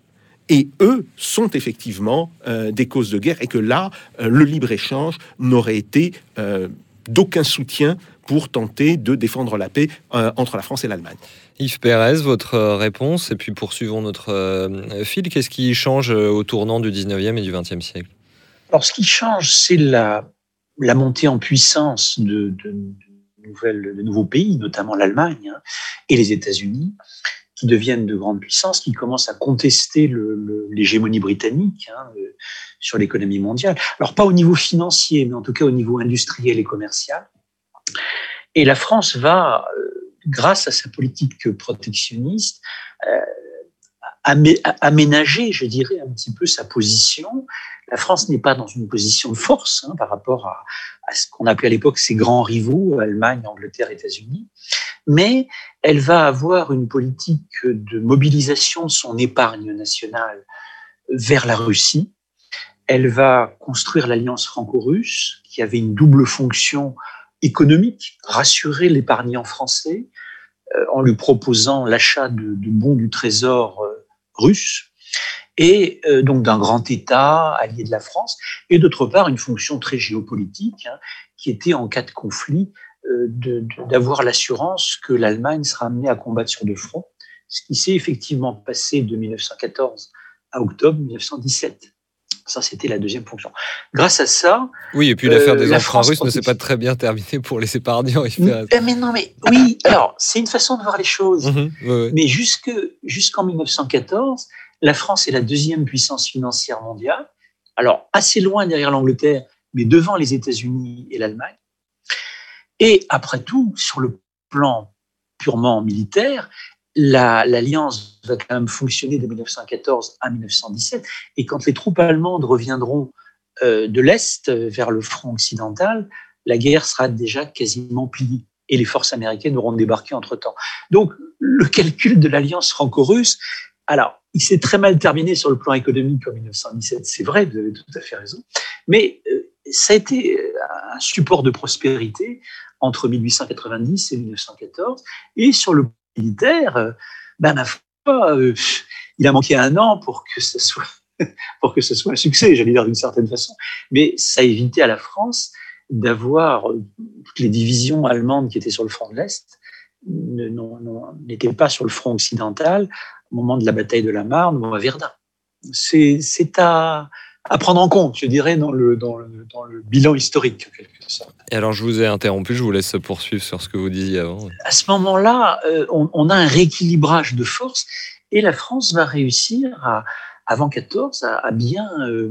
et eux sont effectivement euh, des causes de guerre, et que là, euh, le libre-échange n'aurait été euh, d'aucun soutien pour tenter de défendre la paix euh, entre la France et l'Allemagne. Yves Pérez, votre réponse, et puis poursuivons notre euh, fil. Qu'est-ce qui change au tournant du dix-neuvième et du vingtième siècle ? Alors, ce qui change, c'est la, la montée en puissance de, de, de, nouvelles, de nouveaux pays, notamment l'Allemagne hein, et les États-Unis, qui deviennent de grandes puissances, qui commencent à contester le, le, l'hégémonie britannique hein, euh, sur l'économie mondiale. Alors, pas au niveau financier, mais en tout cas au niveau industriel et commercial. Et la France va, euh, grâce à sa politique protectionniste, euh, amé- aménager, je dirais, un petit peu sa position. La France n'est pas dans une position de force hein, par rapport à, à ce qu'on appelait à l'époque ses grands rivaux, Allemagne, Angleterre, États-Unis, mais elle va avoir une politique de mobilisation de son épargne nationale vers la Russie. Elle va construire l'alliance franco-russe, qui avait une double fonction économique, rassurer l'épargnant français euh, en lui proposant l'achat de, de bons du trésor euh, russe, et euh, donc d'un grand État allié de la France, et d'autre part une fonction très géopolitique, hein, qui était en cas de conflit euh, de, de, d'avoir l'assurance que l'Allemagne sera amenée à combattre sur deux fronts, ce qui s'est effectivement passé de dix-neuf cent quatorze à octobre dix-neuf cent dix-sept. Ça, c'était la deuxième fonction. Grâce à ça... Oui, et puis l'affaire des euh, emprunts russes ne s'est pas très bien terminée pour les épargnants. Mais, mais non, mais oui, alors, c'est une façon de voir les choses. Mmh, ouais, ouais. Mais jusque, jusqu'en dix-neuf cent quatorze, la France est la deuxième puissance financière mondiale. Alors, assez loin derrière l'Angleterre, mais devant les États-Unis et l'Allemagne. Et après tout, sur le plan purement militaire, La, l'alliance va quand même fonctionner de dix-neuf cent quatorze à dix-neuf cent dix-sept. Et quand les troupes allemandes reviendront euh, de l'Est vers le front occidental, la guerre sera déjà quasiment pliée. Et les forces américaines auront débarqué entre-temps. Donc, le calcul de l'alliance franco-russe, alors, il s'est très mal terminé sur le plan économique en dix-neuf cent dix-sept, c'est vrai, vous avez tout à fait raison. Mais euh, ça a été un support de prospérité entre dix-huit cent quatre-vingt-dix et dix-neuf cent quatorze. Et sur le militaire, ben ma foi, euh, il a manqué un an pour que ce soit pour que ce soit un succès, j'allais dire d'une certaine façon. Mais ça a évité à la France d'avoir euh, toutes les divisions allemandes qui étaient sur le front de l'Est ne, non, non, n'étaient pas sur le front occidental au moment de la bataille de la Marne ou à Verdun. C'est, c'est à à prendre en compte, je dirais, dans le, dans le, dans le bilan historique, en quelque sorte. Et alors, je vous ai interrompu, je vous laisse poursuivre sur ce que vous disiez avant. À ce moment-là, euh, on, on a un rééquilibrage de force, et la France va réussir, à, avant quatorze, à, à, bien, euh,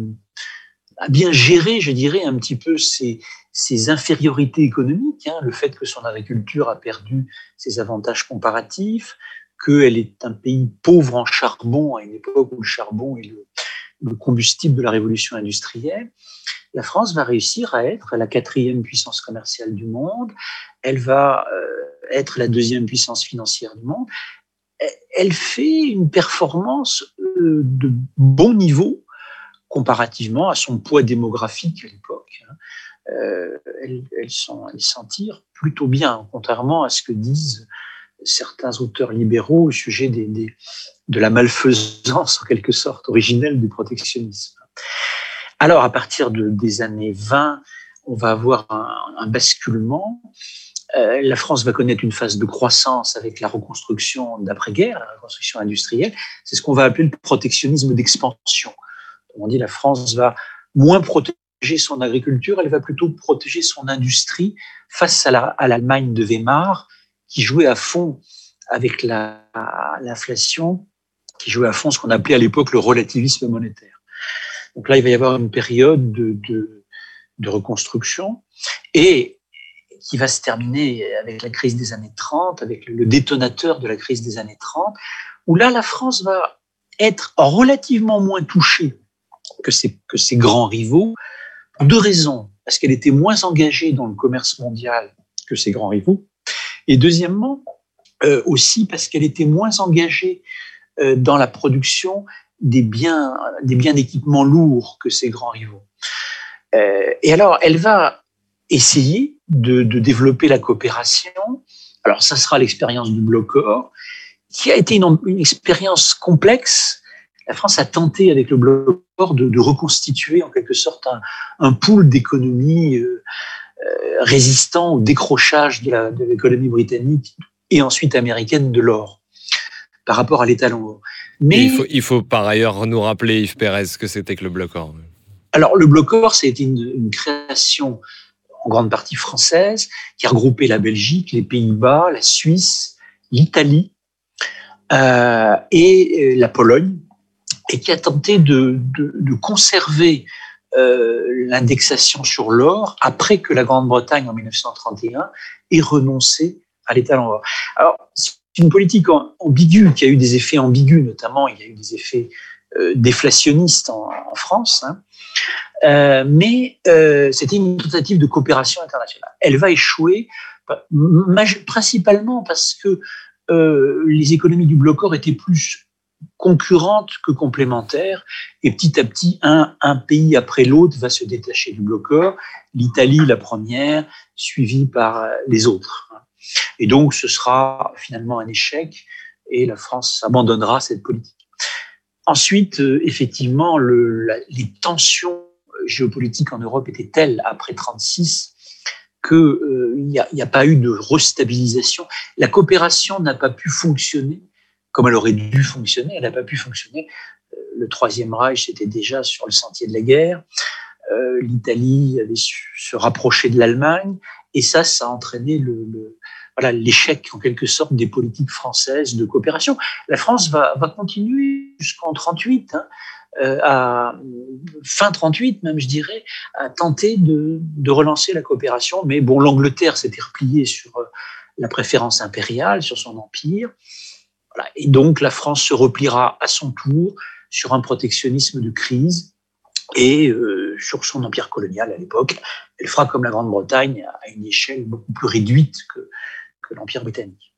à bien gérer, je dirais, un petit peu ses, ses infériorités économiques, hein, le fait que son agriculture a perdu ses avantages comparatifs, qu'elle est un pays pauvre en charbon, à une époque où le charbon est le le combustible de la révolution industrielle. La France va réussir à être la quatrième puissance commerciale du monde, elle va euh, être la deuxième puissance financière du monde. Elle fait une performance euh, de bon niveau comparativement à son poids démographique à l'époque. Euh, elle, elle, s'en, elle s'en tire plutôt bien, contrairement à ce que disent certains auteurs libéraux au sujet des, des, de la malfaisance, en quelque sorte, originelle du protectionnisme. Alors, à partir de, des années vingt, on va avoir un, un basculement. Euh, la France va connaître une phase de croissance avec la reconstruction d'après-guerre, la reconstruction industrielle. C'est ce qu'on va appeler le protectionnisme d'expansion. On dit la France va moins protéger son agriculture, elle va plutôt protéger son industrie face à, la, à l'Allemagne de Weimar, qui jouait à fond avec la, l'inflation, qui jouait à fond ce qu'on appelait à l'époque le relativisme monétaire. Donc là, il va y avoir une période de, de, de reconstruction et qui va se terminer avec la crise des années trente, avec le détonateur de la crise des années trente, où là, la France va être relativement moins touchée que ses, que ses grands rivaux, pour deux raisons. Parce qu'elle était moins engagée dans le commerce mondial que ses grands rivaux, et deuxièmement, euh, aussi parce qu'elle était moins engagée euh, dans la production des biens, des biens d'équipement lourds que ses grands rivaux. Euh, et alors, elle va essayer de, de développer la coopération. Alors, ça sera l'expérience du Bloc-Or, qui a été une, une expérience complexe, la France a tenté avec le bloc nord de, de reconstituer en quelque sorte un, un pool d'économies euh, euh, résistant au décrochage de, la, de l'économie britannique et ensuite américaine de l'or par rapport à l'étalon or. Mais il faut, il faut par ailleurs nous rappeler, Yves Pérez, ce que c'était que le bloc or. Alors le bloc or, c'était une, une création en grande partie française qui a regroupé la Belgique, les Pays-Bas, la Suisse, l'Italie euh, et la Pologne, et qui a tenté de, de, de conserver euh, l'indexation sur l'or après que la Grande-Bretagne, en dix-neuf cent trente et un, ait renoncé à l'étalon or. Alors, c'est une politique ambiguë qui a eu des effets ambigus, notamment il y a eu des effets euh, déflationnistes en, en France, hein. euh, mais euh, c'était une tentative de coopération internationale. Elle va échouer principalement parce que euh, les économies du bloc or étaient plus concurrentes que complémentaires, et petit à petit, un, un pays après l'autre va se détacher du bloc or, l'Italie la première, suivie par les autres. Et donc, ce sera finalement un échec, et la France abandonnera cette politique. Ensuite, euh, effectivement, le, la, les tensions géopolitiques en Europe étaient telles après trente-six qu'il n'y euh, a, a pas eu de restabilisation. La coopération n'a pas pu fonctionner comme elle aurait dû fonctionner. Elle n'a pas pu fonctionner. Le Troisième Reich était déjà sur le sentier de la guerre. Euh, L'Italie avait su se rapprocher de l'Allemagne. Et ça, ça a entraîné le, le, voilà, l'échec, en quelque sorte, des politiques françaises de coopération. La France va, va continuer jusqu'en trente-huit, hein, euh, à fin trente-huit même, je dirais, à tenter de, de relancer la coopération. Mais bon, l'Angleterre s'était repliée sur la préférence impériale, sur son empire. Voilà. Et donc, la France se repliera à son tour sur un protectionnisme de crise et euh, sur son empire colonial à l'époque. Elle fera comme la Grande-Bretagne à une échelle beaucoup plus réduite que, que l'empire britannique.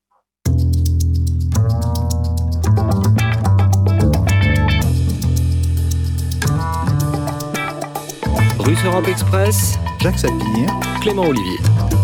Russe Europe Express, Jacques Sapir, Clément Olivier.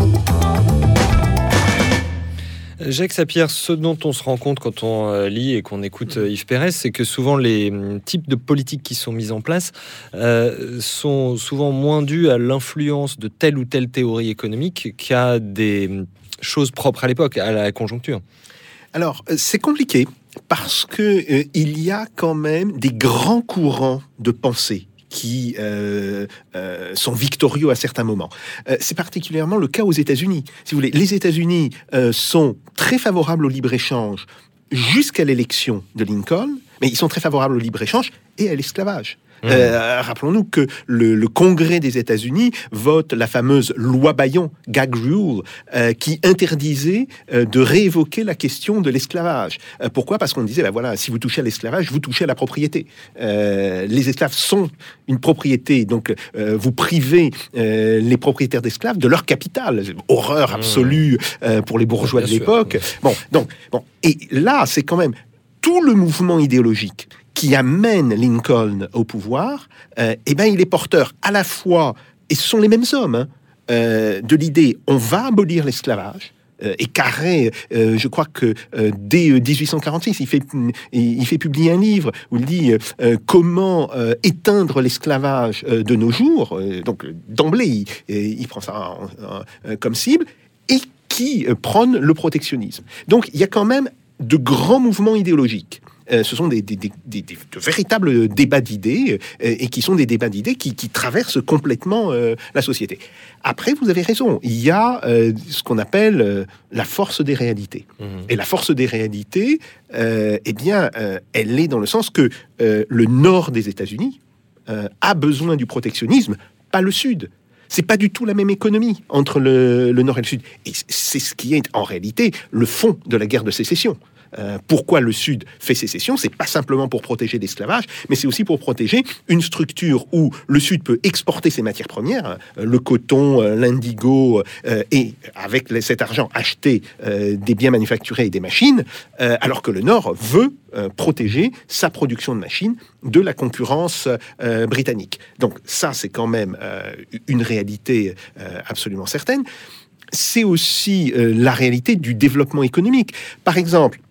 Jacques Sapir, ce dont on se rend compte quand on lit et qu'on écoute Yves Pérez, c'est que souvent les types de politiques qui sont mises en place euh, sont souvent moins dus à l'influence de telle ou telle théorie économique qu'à des choses propres à l'époque, à la conjoncture. Alors, c'est compliqué parce que euh, il y a quand même des grands courants de pensée qui euh, euh, sont victorieux à certains moments. Euh, c'est particulièrement le cas aux États-Unis. Si vous voulez, les États-Unis euh, sont très favorables au libre-échange jusqu'à l'élection de Lincoln, mais ils sont très favorables au libre-échange et à l'esclavage. Mmh. Euh, rappelons-nous que le, le Congrès des États-Unis vote la fameuse loi Bayon, Gag Rule, euh, qui interdisait euh, de réévoquer la question de l'esclavage. Euh, pourquoi ? Parce qu'on disait, ben voilà, si vous touchez à l'esclavage, vous touchez à la propriété. Euh, les esclaves sont une propriété, donc euh, vous privez euh, les propriétaires d'esclaves de leur capital. Horreur absolue euh, pour les bourgeois Bien de l'époque. Sûr. Bon, donc, bon, et là, c'est quand même tout le mouvement idéologique qui amène Lincoln au pouvoir, euh, eh ben, il est porteur à la fois, et ce sont les mêmes hommes, hein, euh, de l'idée on va abolir l'esclavage. Euh, et Carré, euh, je crois que euh, dès dix-huit cent quarante-six, il fait, il fait publier un livre où il dit euh, comment euh, éteindre l'esclavage euh, de nos jours. Euh, donc d'emblée, il, il prend ça en, en, en, comme cible, et qui euh, prône le protectionnisme. Donc il y a quand même de grands mouvements idéologiques. Euh, ce sont des, des, des, des, des de véritables débats d'idées euh, et qui sont des débats d'idées qui, qui traversent complètement euh, la société. Après, vous avez raison, il y a euh, ce qu'on appelle euh, la force des réalités. Mmh. Et la force des réalités, euh, eh bien, euh, elle est dans le sens que euh, le nord des États-Unis euh, a besoin du protectionnisme, pas le sud. C'est pas du tout la même économie entre le, le nord et le sud. Et c'est ce qui est en réalité le fond de la guerre de sécession. Euh, pourquoi le Sud fait sécession ? C'est pas simplement pour protéger l'esclavage, mais c'est aussi pour protéger une structure où le Sud peut exporter ses matières premières, euh, le coton, euh, l'indigo, euh, et avec cet argent acheter euh, des biens manufacturés et des machines, euh, alors que le Nord veut euh, protéger sa production de machines de la concurrence euh, britannique. Donc ça, c'est quand même euh, une réalité euh, absolument certaine. C'est aussi euh, la réalité du développement économique. Par exemple,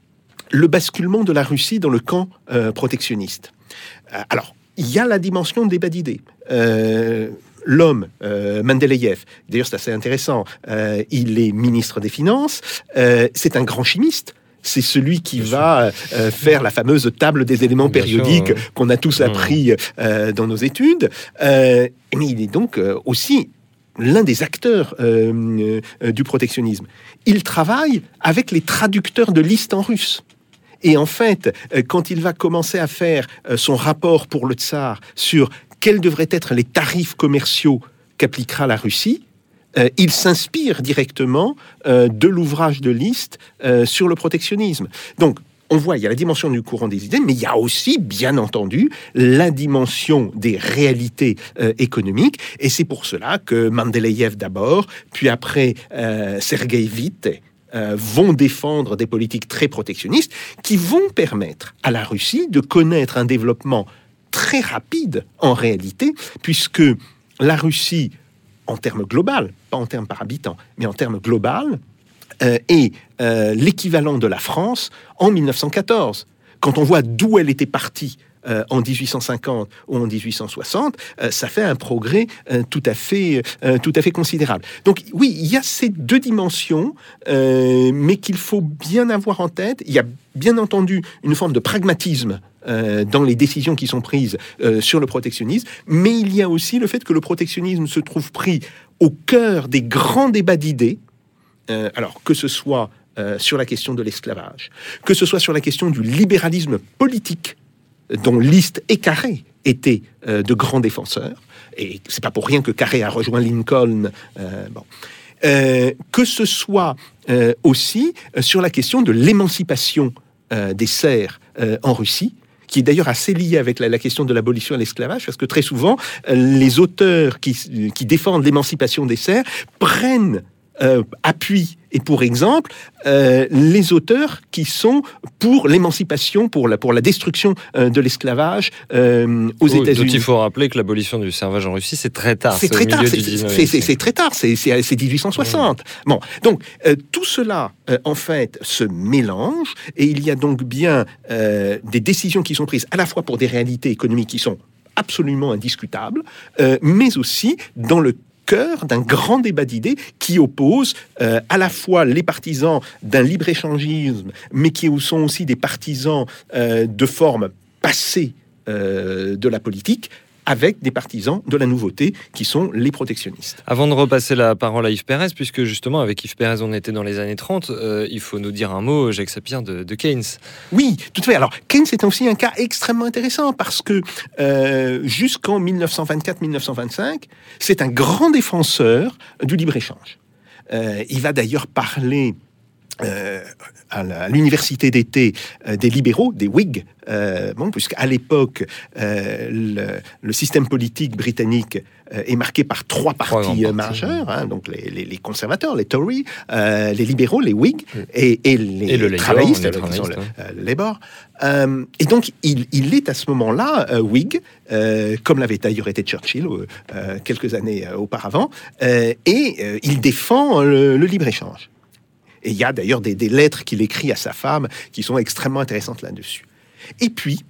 le basculement de la Russie dans le camp euh, protectionniste. Euh, alors, il y a la dimension débat d'idées. Euh, L'homme, euh, Mendeleïev, d'ailleurs c'est assez intéressant, euh, il est ministre des Finances, euh, c'est un grand chimiste. C'est celui qui Bien va euh, faire la fameuse table des éléments Bien périodiques sûr, ouais. qu'on a tous appris euh, dans nos études. Euh, mais il est donc euh, aussi l'un des acteurs euh, euh, du protectionnisme. Il travaille avec les traducteurs de listes en russe. Et en fait, euh, quand il va commencer à faire euh, son rapport pour le tsar sur quels devraient être les tarifs commerciaux qu'appliquera la Russie, euh, il s'inspire directement euh, de l'ouvrage de Liszt euh, sur le protectionnisme. Donc, on voit, il y a la dimension du courant des idées, mais il y a aussi, bien entendu, la dimension des réalités euh, économiques. Et c'est pour cela que Mendeleïev d'abord, puis après euh, Sergueï Witte, euh, vont défendre des politiques très protectionnistes qui vont permettre à la Russie de connaître un développement très rapide en réalité, puisque la Russie, en termes global, pas en termes par habitant, mais en termes global, euh, est euh, l'équivalent de la France en mille neuf cent quatorze. Quand on voit d'où elle était partie euh, en dix-huit cent cinquante ou en dix-huit cent soixante, euh, ça fait un progrès euh, tout à fait, euh, tout à fait considérable. Donc oui, il y a ces deux dimensions, euh, mais qu'il faut bien avoir en tête. Il y a bien entendu une forme de pragmatisme Euh, dans les décisions qui sont prises euh, sur le protectionnisme, mais il y a aussi le fait que le protectionnisme se trouve pris au cœur des grands débats d'idées, euh, alors que ce soit euh, sur la question de l'esclavage, que ce soit sur la question du libéralisme politique, dont Liszt et Carré étaient euh, de grands défenseurs, et c'est pas pour rien que Carré a rejoint Lincoln, euh, bon. Euh, que ce soit euh, aussi euh, sur la question de l'émancipation euh, des serfs euh, en Russie, qui est d'ailleurs assez lié avec la, la question de l'abolition de l'esclavage, parce que très souvent, euh, les auteurs qui, qui défendent l'émancipation des serfs prennent euh, appui, et pour exemple, euh, les auteurs qui sont pour l'émancipation, pour la, pour la destruction euh, de l'esclavage euh, aux oui, États-Unis. Donc il faut rappeler que l'abolition du servage en Russie, c'est très tard. C'est, c'est très tard, c'est, c'est, c'est, c'est très tard, c'est, c'est, c'est dix-huit cent soixante. Mmh. Bon, donc euh, tout cela, euh, en fait, se mélange, et il y a donc bien euh, des décisions qui sont prises à la fois pour des réalités économiques qui sont absolument indiscutables, euh, mais aussi dans le cœur d'un grand débat d'idées qui oppose euh, à la fois les partisans d'un libre-échangisme, mais qui sont aussi des partisans euh, de formes passées euh, de la politique, avec des partisans de la nouveauté qui sont les protectionnistes. Avant de repasser la parole à Yves Pérez, puisque justement avec Yves Pérez on était dans les années trente, euh, il faut nous dire un mot, Jacques Sapir, de, de Keynes. Oui, tout à fait. Alors Keynes est aussi un cas extrêmement intéressant parce que euh, jusqu'en dix-neuf cent vingt-quatre dix-neuf cent vingt-cinq, c'est un grand défenseur du libre-échange. Euh, il va d'ailleurs parler Euh, à, la, à l'université d'été euh, des libéraux, des Whigs, euh, bon, puisqu'à l'époque, euh, le, le système politique britannique euh, est marqué par trois partis euh, majeurs, hein, donc les, les, les conservateurs, les Tories, euh, les libéraux, les Whigs, mm. et, et les, et le travaillistes, les travaillistes, le, hein. euh, le Labour. Euh, et donc, il, il est à ce moment-là euh, Whig, euh, comme l'avait d'ailleurs été Churchill euh, quelques années euh, auparavant, euh, et euh, il défend le, le libre-échange. Et il y a d'ailleurs des, des lettres qu'il écrit à sa femme qui sont extrêmement intéressantes là-dessus. Et puis,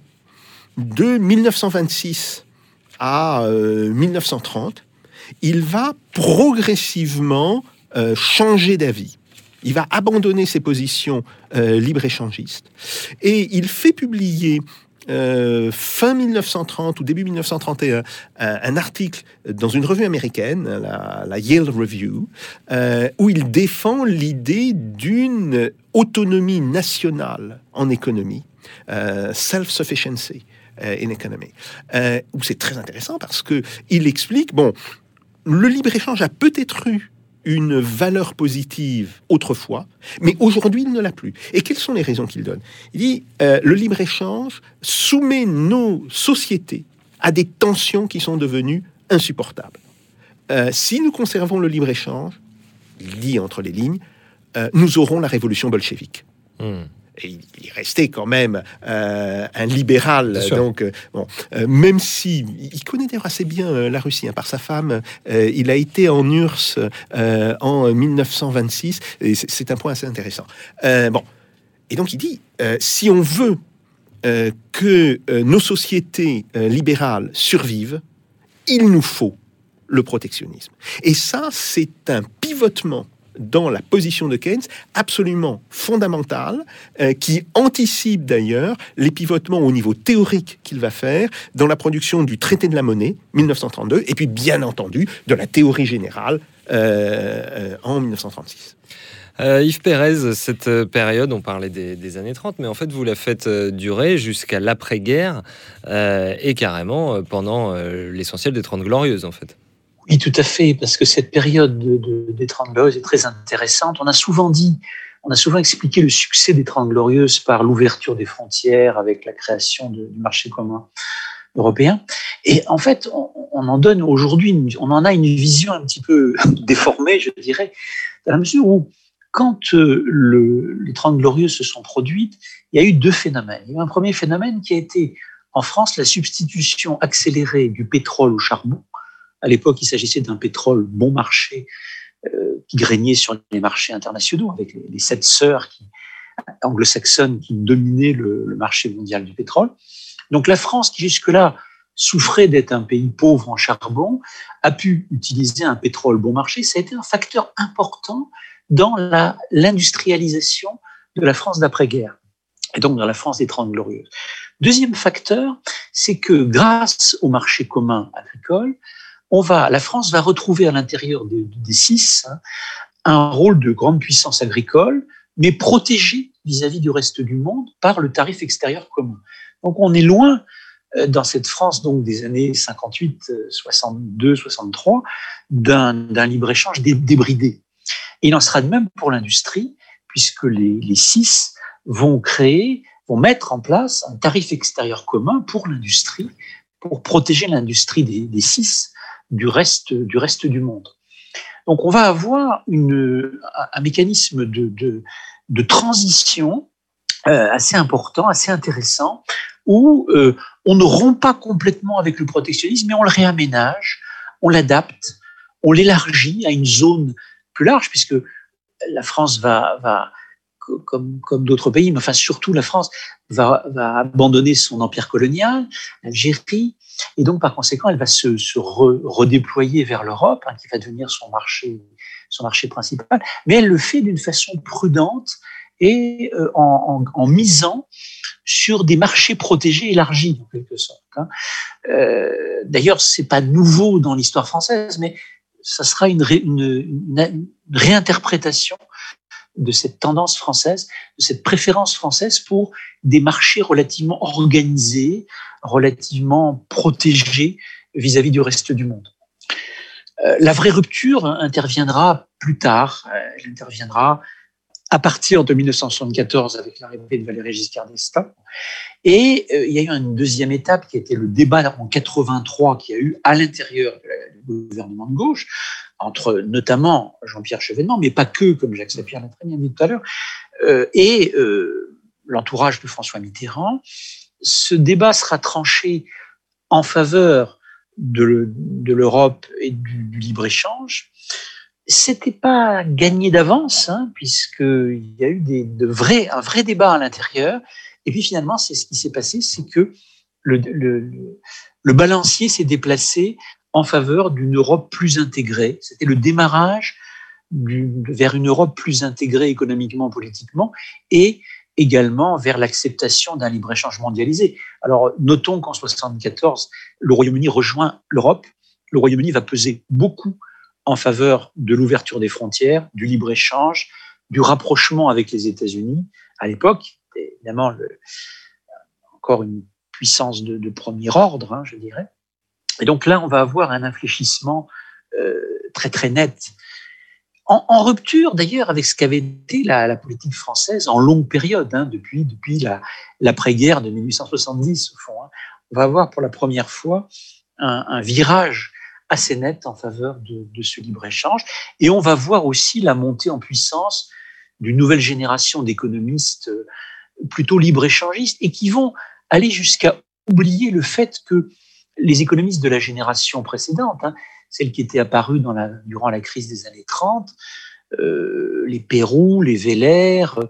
de dix-neuf cent vingt-six à euh, dix-neuf cent trente, il va progressivement euh, changer d'avis. Il va abandonner ses positions euh, libre-échangistes. Et il fait publier Euh, fin dix-neuf cent trente ou début dix-neuf cent trente et un, un, un article dans une revue américaine, la, la Yale Review, euh, où il défend l'idée d'une autonomie nationale en économie, euh, self-sufficiency euh, in economy, euh, où c'est très intéressant parce que il explique, bon, le libre-échange a peut-être eu une valeur positive autrefois, mais aujourd'hui il ne l'a plus. Et quelles sont les raisons qu'il donne ? Il dit euh, le libre-échange soumet nos sociétés à des tensions qui sont devenues insupportables. Euh, si nous conservons le libre-échange, il dit entre les lignes, euh, nous aurons la révolution bolchevique. Mmh. Et il restait quand même euh, un libéral, donc euh, bon, euh, même si il connaît d'ailleurs assez bien euh, la Russie, hein, par sa femme, euh, il a été en U R S S euh, en dix-neuf cent vingt-six, et c'est, c'est un point assez intéressant. Euh, bon, Et donc il dit, euh, si on veut euh, que euh, nos sociétés euh, libérales survivent, il nous faut le protectionnisme. Et ça, c'est un pivotement dans la position de Keynes absolument fondamental, euh, qui anticipe d'ailleurs les pivotements au niveau théorique qu'il va faire dans la production du traité de la monnaie, mille neuf cent trente-deux, et puis bien entendu de la théorie générale euh, euh, en mille neuf cent trente-six. Euh, Yves Pérez, cette période, on parlait des, des années trente, mais en fait, vous la faites durer jusqu'à l'après-guerre euh, et carrément pendant euh, l'essentiel des Trente Glorieuses, en fait. Oui, tout à fait, parce que cette période de, de, des Trente Glorieuses est très intéressante. On a souvent dit, on a souvent expliqué le succès des Trente Glorieuses par l'ouverture des frontières avec la création de, du marché commun européen. Et en fait, on, on en donne aujourd'hui, une, on en a une vision un petit peu déformée, je dirais, dans la mesure où, quand euh, le, les Trente Glorieuses se sont produites, il y a eu deux phénomènes. Il y a eu un premier phénomène qui a été, en France, la substitution accélérée du pétrole au charbon. À l'époque, il s'agissait d'un pétrole bon marché euh, qui régnait sur les marchés internationaux, avec les, les sept sœurs qui, anglo-saxonnes qui dominaient le, le marché mondial du pétrole. Donc la France, qui jusque-là souffrait d'être un pays pauvre en charbon, a pu utiliser un pétrole bon marché. Ça a été un facteur important dans la, l'industrialisation de la France d'après-guerre, et donc dans la France des Trente Glorieuses. Deuxième facteur, c'est que grâce au marché commun agricole, on va, la France va retrouver à l'intérieur des, des six hein, un rôle de grande puissance agricole, mais protégé vis-à-vis du reste du monde par le tarif extérieur commun. Donc on est loin euh, dans cette France donc des années cinquante-huit, soixante-deux, soixante-trois d'un, d'un libre-échange dé, débridé. Et il en sera de même pour l'industrie, puisque les, les six vont créer, vont mettre en place un tarif extérieur commun pour l'industrie, pour protéger l'industrie des, des six du reste, du reste du monde. Donc on va avoir une, un mécanisme de, de, de transition euh, assez important, assez intéressant, où euh, on ne rompt pas complètement avec le protectionnisme, mais on le réaménage, on l'adapte, on l'élargit à une zone plus large, puisque la France va, va comme, comme d'autres pays, mais enfin surtout la France, va, va abandonner son empire colonial, l'Algérie, et donc par conséquent, elle va se, se re, redéployer vers l'Europe, hein, qui va devenir son marché, son marché principal, mais elle le fait d'une façon prudente et euh, en, en, en misant sur des marchés protégés élargis, en quelque sorte. Hein. Euh, d'ailleurs, c'est pas nouveau dans l'histoire française, mais ça sera une, ré, une, une, une réinterprétation de cette tendance française, de cette préférence française pour des marchés relativement organisés, relativement protégés vis-à-vis du reste du monde. Euh, la vraie rupture interviendra plus tard. Elle interviendra à partir de mille neuf cent soixante-quatorze avec l'arrivée de Valéry Giscard d'Estaing. Et euh, il y a eu une deuxième étape qui était le débat en quatre-vingt-trois qu'il y a eu à l'intérieur du gouvernement de gauche, entre notamment Jean-Pierre Chevènement, mais pas que, comme Jacques Sapir l'a très bien dit tout à l'heure, euh, et euh, l'entourage de François Mitterrand. Ce débat sera tranché en faveur de, le, de l'Europe et du, du libre-échange. C'était pas gagné d'avance, hein, puisqu'il y a eu des, de vrais, un vrai débat à l'intérieur. Et puis finalement, c'est ce qui s'est passé, c'est que le, le, le, le balancier s'est déplacé en faveur d'une Europe plus intégrée. C'était le démarrage du, vers une Europe plus intégrée économiquement, politiquement, et également vers l'acceptation d'un libre-échange mondialisé. Alors, notons qu'en soixante-quatorze, le Royaume-Uni rejoint l'Europe. Le Royaume-Uni va peser beaucoup en faveur de l'ouverture des frontières, du libre-échange, du rapprochement avec les États-Unis. À l'époque, évidemment, le, encore une puissance de, de premier ordre, hein, je dirais. Et donc là, on va avoir un infléchissement euh, très, très net. En, en rupture, d'ailleurs, avec ce qu'avait été la, la politique française en longue période, hein, depuis, depuis la, l'après-guerre de mille huit cent soixante-dix, au fond. Hein. On va avoir pour la première fois un, un virage assez net en faveur de, de ce libre-échange. Et on va voir aussi la montée en puissance d'une nouvelle génération d'économistes plutôt libre-échangistes et qui vont aller jusqu'à oublier le fait que les économistes de la génération précédente, hein, celle qui était apparue dans la, durant la crise des années trente, euh, les Peyroux, les Weller,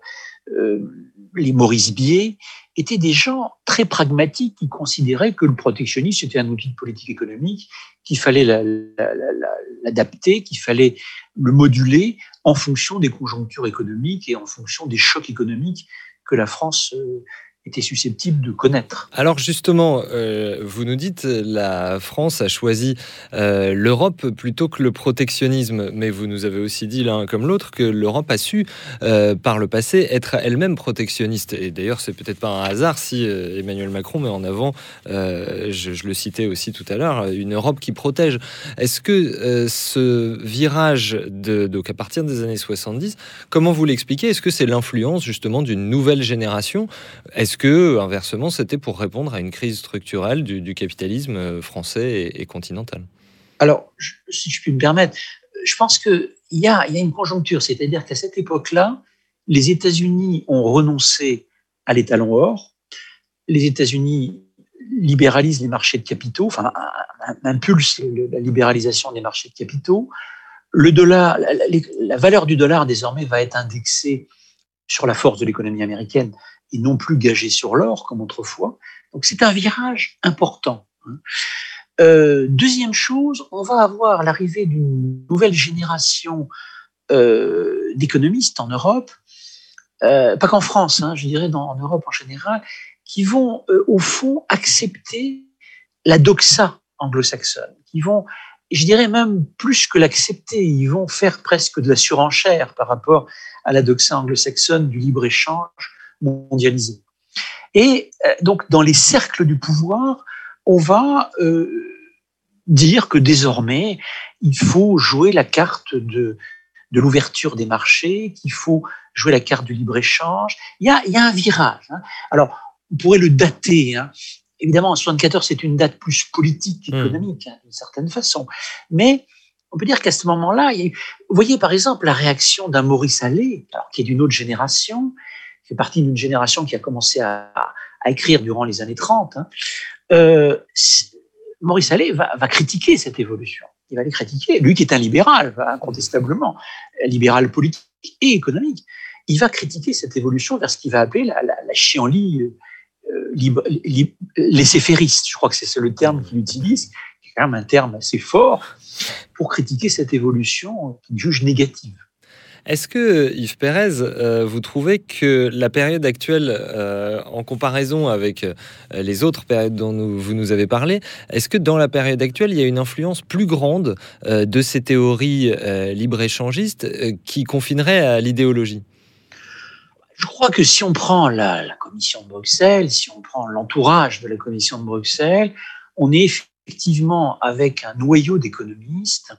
euh, les Maurice Bié, étaient des gens très pragmatiques qui considéraient que le protectionnisme était un outil de politique économique, qu'il fallait la, la, la, l'adapter, qu'il fallait le moduler en fonction des conjonctures économiques et en fonction des chocs économiques que la France euh, était susceptible de connaître. Alors justement, euh, vous nous dites la France a choisi euh, l'Europe plutôt que le protectionnisme, mais vous nous avez aussi dit l'un comme l'autre que l'Europe a su euh, par le passé être elle-même protectionniste. Et d'ailleurs, c'est peut-être pas un hasard si euh, Emmanuel Macron met en avant, euh, je, je le citais aussi tout à l'heure, une Europe qui protège. Est-ce que euh, ce virage, de, donc à partir des années soixante-dix, comment vous l'expliquez? Est-ce que c'est l'influence justement d'une nouvelle génération? Est-ce que, inversement, c'était pour répondre à une crise structurelle du, du capitalisme français et, et continental? Alors, je, si je puis me permettre, je pense qu'il y a, y a une conjoncture, c'est-à-dire qu'à cette époque-là, les États-Unis ont renoncé à l'étalon or, les États-Unis libéralisent les marchés de capitaux, enfin, impulsent la libéralisation des marchés de capitaux. Le dollar, la, la, la valeur du dollar, désormais, va être indexée sur la force de l'économie américaine et non plus gagée sur l'or, comme autrefois. Donc, c'est un virage important. Euh, deuxième chose, on va avoir l'arrivée d'une nouvelle génération euh, d'économistes en Europe, euh, pas qu'en France, hein, je dirais dans, en Europe en général, qui vont, euh, au fond, accepter la doxa anglo-saxonne, qui vont, je dirais même plus que l'accepter, ils vont faire presque de la surenchère par rapport à la doxa anglo-saxonne du libre-échange mondialisé. Et euh, donc, dans les cercles du pouvoir, on va euh, dire que désormais, il faut jouer la carte de, de l'ouverture des marchés, qu'il faut jouer la carte du libre-échange. Il y a, il y a un virage. Hein. Alors, on pourrait le dater. Hein. Évidemment, en soixante-quatorze, c'est une date plus politique qu'économique, mmh. hein, d'une certaine façon. Mais on peut dire qu'à ce moment-là, il y a eu, vous voyez par exemple la réaction d'un Maurice Allais, alors, qui est d'une autre génération, qui fait partie d'une génération qui a commencé à, à écrire durant les années trente. Hein. Euh, Maurice Allais va, va critiquer cette évolution. Il va les critiquer. Lui qui est un libéral, incontestablement, libéral politique et économique, il va critiquer cette évolution vers ce qu'il va appeler la, la, la chienlit euh, libre, libre, laissez-fairiste. Je crois que c'est le terme qu'il utilise, qui est quand même un terme assez fort pour critiquer cette évolution qu'il juge négative. Est-ce que, Yves Pérez, euh, vous trouvez que la période actuelle, euh, en comparaison avec euh, les autres périodes dont nous, vous nous avez parlé, est-ce que dans la période actuelle, il y a une influence plus grande euh, de ces théories euh, libre-échangistes euh, qui confinerait à l'idéologie? Je crois que si on prend la, la commission de Bruxelles, si on prend l'entourage de la commission de Bruxelles, on est effectivement avec un noyau d'économistes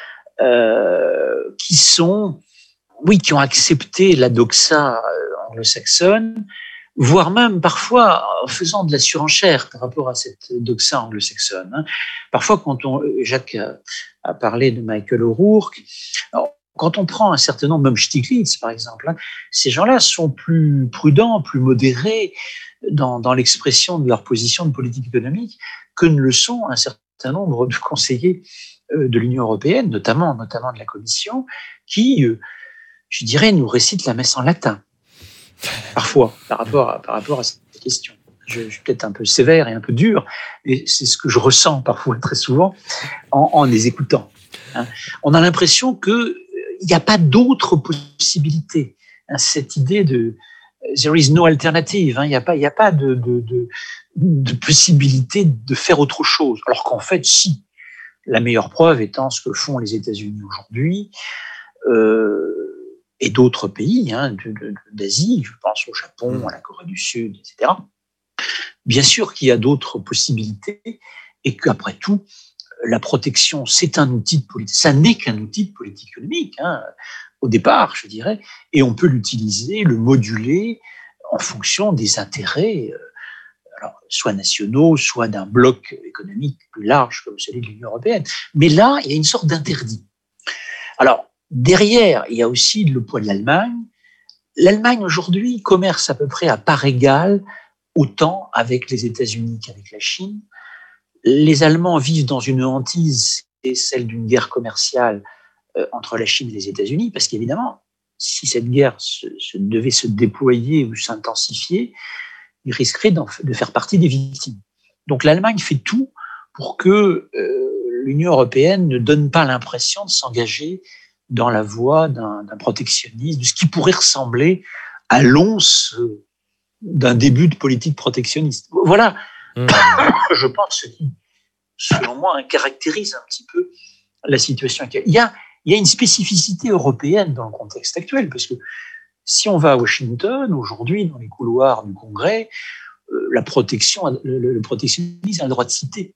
euh, qui sont... oui, qui ont accepté la doxa anglo-saxonne, voire même parfois en faisant de la surenchère par rapport à cette doxa anglo-saxonne. Parfois, quand on, Jacques a parlé de Michael O'Rourke, alors, quand on prend un certain nombre, même Stiglitz par exemple, ces gens-là sont plus prudents, plus modérés dans, dans l'expression de leur position de politique économique que ne le sont un certain nombre de conseillers de l'Union européenne, notamment, notamment de la Commission, qui... je dirais, nous récite la messe en latin, parfois, par rapport à, par rapport à cette question. Je, je suis peut-être un peu sévère et un peu dur, mais c'est ce que je ressens parfois très souvent en, en les écoutant. Hein. On a l'impression qu'il n'y a pas d'autre possibilité. Hein, cette idée de « there is no alternative hein, », il n'y a pas, il n'y a pas de, de, de, de possibilité de faire autre chose. Alors qu'en fait, si. La meilleure preuve étant ce que font les États-Unis aujourd'hui, euh, et d'autres pays hein, de, de, d'Asie, je pense au Japon, à la Corée du Sud, et cetera. Bien sûr qu'il y a d'autres possibilités et qu'après tout, la protection, c'est un outil de politique, ça n'est qu'un outil de politique économique, hein, au départ, je dirais, et on peut l'utiliser, le moduler en fonction des intérêts, euh, alors, soit nationaux, soit d'un bloc économique plus large comme celui de l'Union européenne. Mais là, il y a une sorte d'interdit. Alors, derrière, il y a aussi le poids de l'Allemagne. L'Allemagne, aujourd'hui, commerce à peu près à part égale, autant avec les États-Unis qu'avec la Chine. Les Allemands vivent dans une hantise, et celle d'une guerre commerciale euh, entre la Chine et les États-Unis, parce qu'évidemment, si cette guerre se, se devait se déployer ou s'intensifier, il risquerait de faire partie des victimes. Donc l'Allemagne fait tout pour que euh, l'Union européenne ne donne pas l'impression de s'engager dans la voie d'un, d'un protectionnisme, de ce qui pourrait ressembler à l'once d'un début de politique protectionniste. Voilà, mmh. je pense, ce qui, selon moi, caractérise un petit peu la situation actuelle. Il y a, il y a une spécificité européenne dans le contexte actuel, parce que si on va à Washington, aujourd'hui, dans les couloirs du Congrès, euh, la protection, le, le protectionnisme a le droit de citer.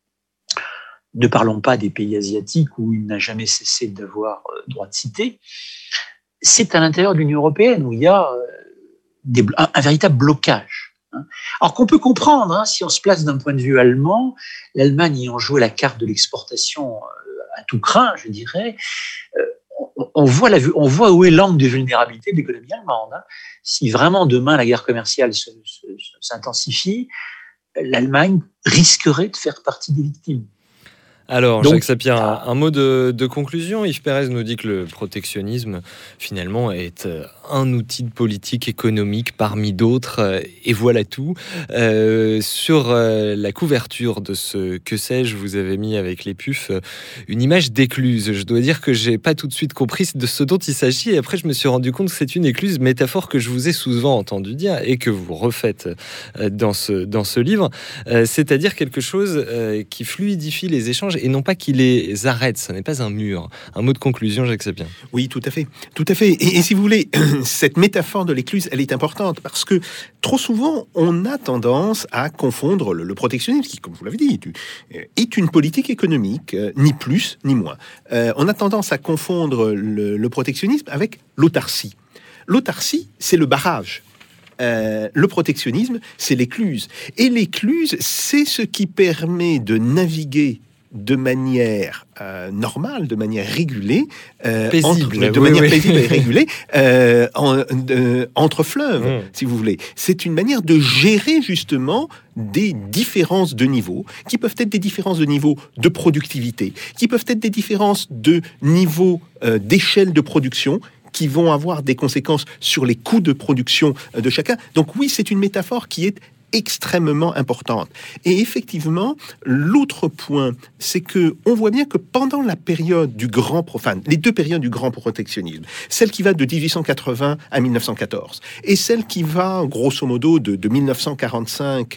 Ne parlons pas des pays asiatiques où il n'a jamais cessé d'avoir euh, droit de citer. C'est à l'intérieur de l'Union européenne où il y a euh, des, un, un véritable blocage. Hein. Alors qu'on peut comprendre, hein, si on se place d'un point de vue allemand, l'Allemagne ayant joué la carte de l'exportation euh, à tout crin, je dirais, euh, on, on, voit la, on voit où est l'angle de vulnérabilité de l'économie allemande. Hein. Si vraiment demain la guerre commerciale se, se, se, s'intensifie, l'Allemagne risquerait de faire partie des victimes. Alors, Donc, Jacques Sapir, un, un mot de, de conclusion. Yves Pérez nous dit que le protectionnisme, finalement, est un outil de politique économique parmi d'autres, et voilà tout. Euh, sur euh, la couverture de ce que sais-je, vous avez mis avec les puffs une image d'écluse. Je dois dire que j'ai pas tout de suite compris de ce dont il s'agit, et après je me suis rendu compte que c'est une écluse, métaphore que je vous ai souvent entendu dire et que vous refaites dans ce, dans ce livre, euh, c'est-à-dire quelque chose euh, qui fluidifie les échanges et non pas qu'il les arrête. Ce n'est pas un mur. Un mot de conclusion, Jacques Sapir. Oui, tout à fait. Tout à fait. Et, et si vous voulez, cette métaphore de l'écluse, elle est importante parce que trop souvent, on a tendance à confondre le, le protectionnisme, qui, comme vous l'avez dit, est une politique économique, euh, ni plus ni moins. Euh, on a tendance à confondre le, le protectionnisme avec l'autarcie. L'autarcie, c'est le barrage. Euh, le protectionnisme, c'est l'écluse. Et l'écluse, c'est ce qui permet de naviguer de manière euh, normale, de manière régulée, euh, paisible, entre, de oui, manière oui. paisible et régulée, euh, en, de, entre fleuves, mmh. si vous voulez. C'est une manière de gérer justement des différences de niveau, qui peuvent être des différences de niveau de productivité, qui peuvent être des différences de niveau euh, d'échelle de production, qui vont avoir des conséquences sur les coûts de production de chacun. Donc oui, c'est une métaphore qui est extrêmement importante. Et effectivement, l'autre point, c'est que on voit bien que pendant la période du grand, enfin, les deux périodes du grand protectionnisme, celle qui va de dix-huit cent quatre-vingts à mille neuf cent quatorze, et celle qui va, grosso modo, de, de mille neuf cent quarante-cinq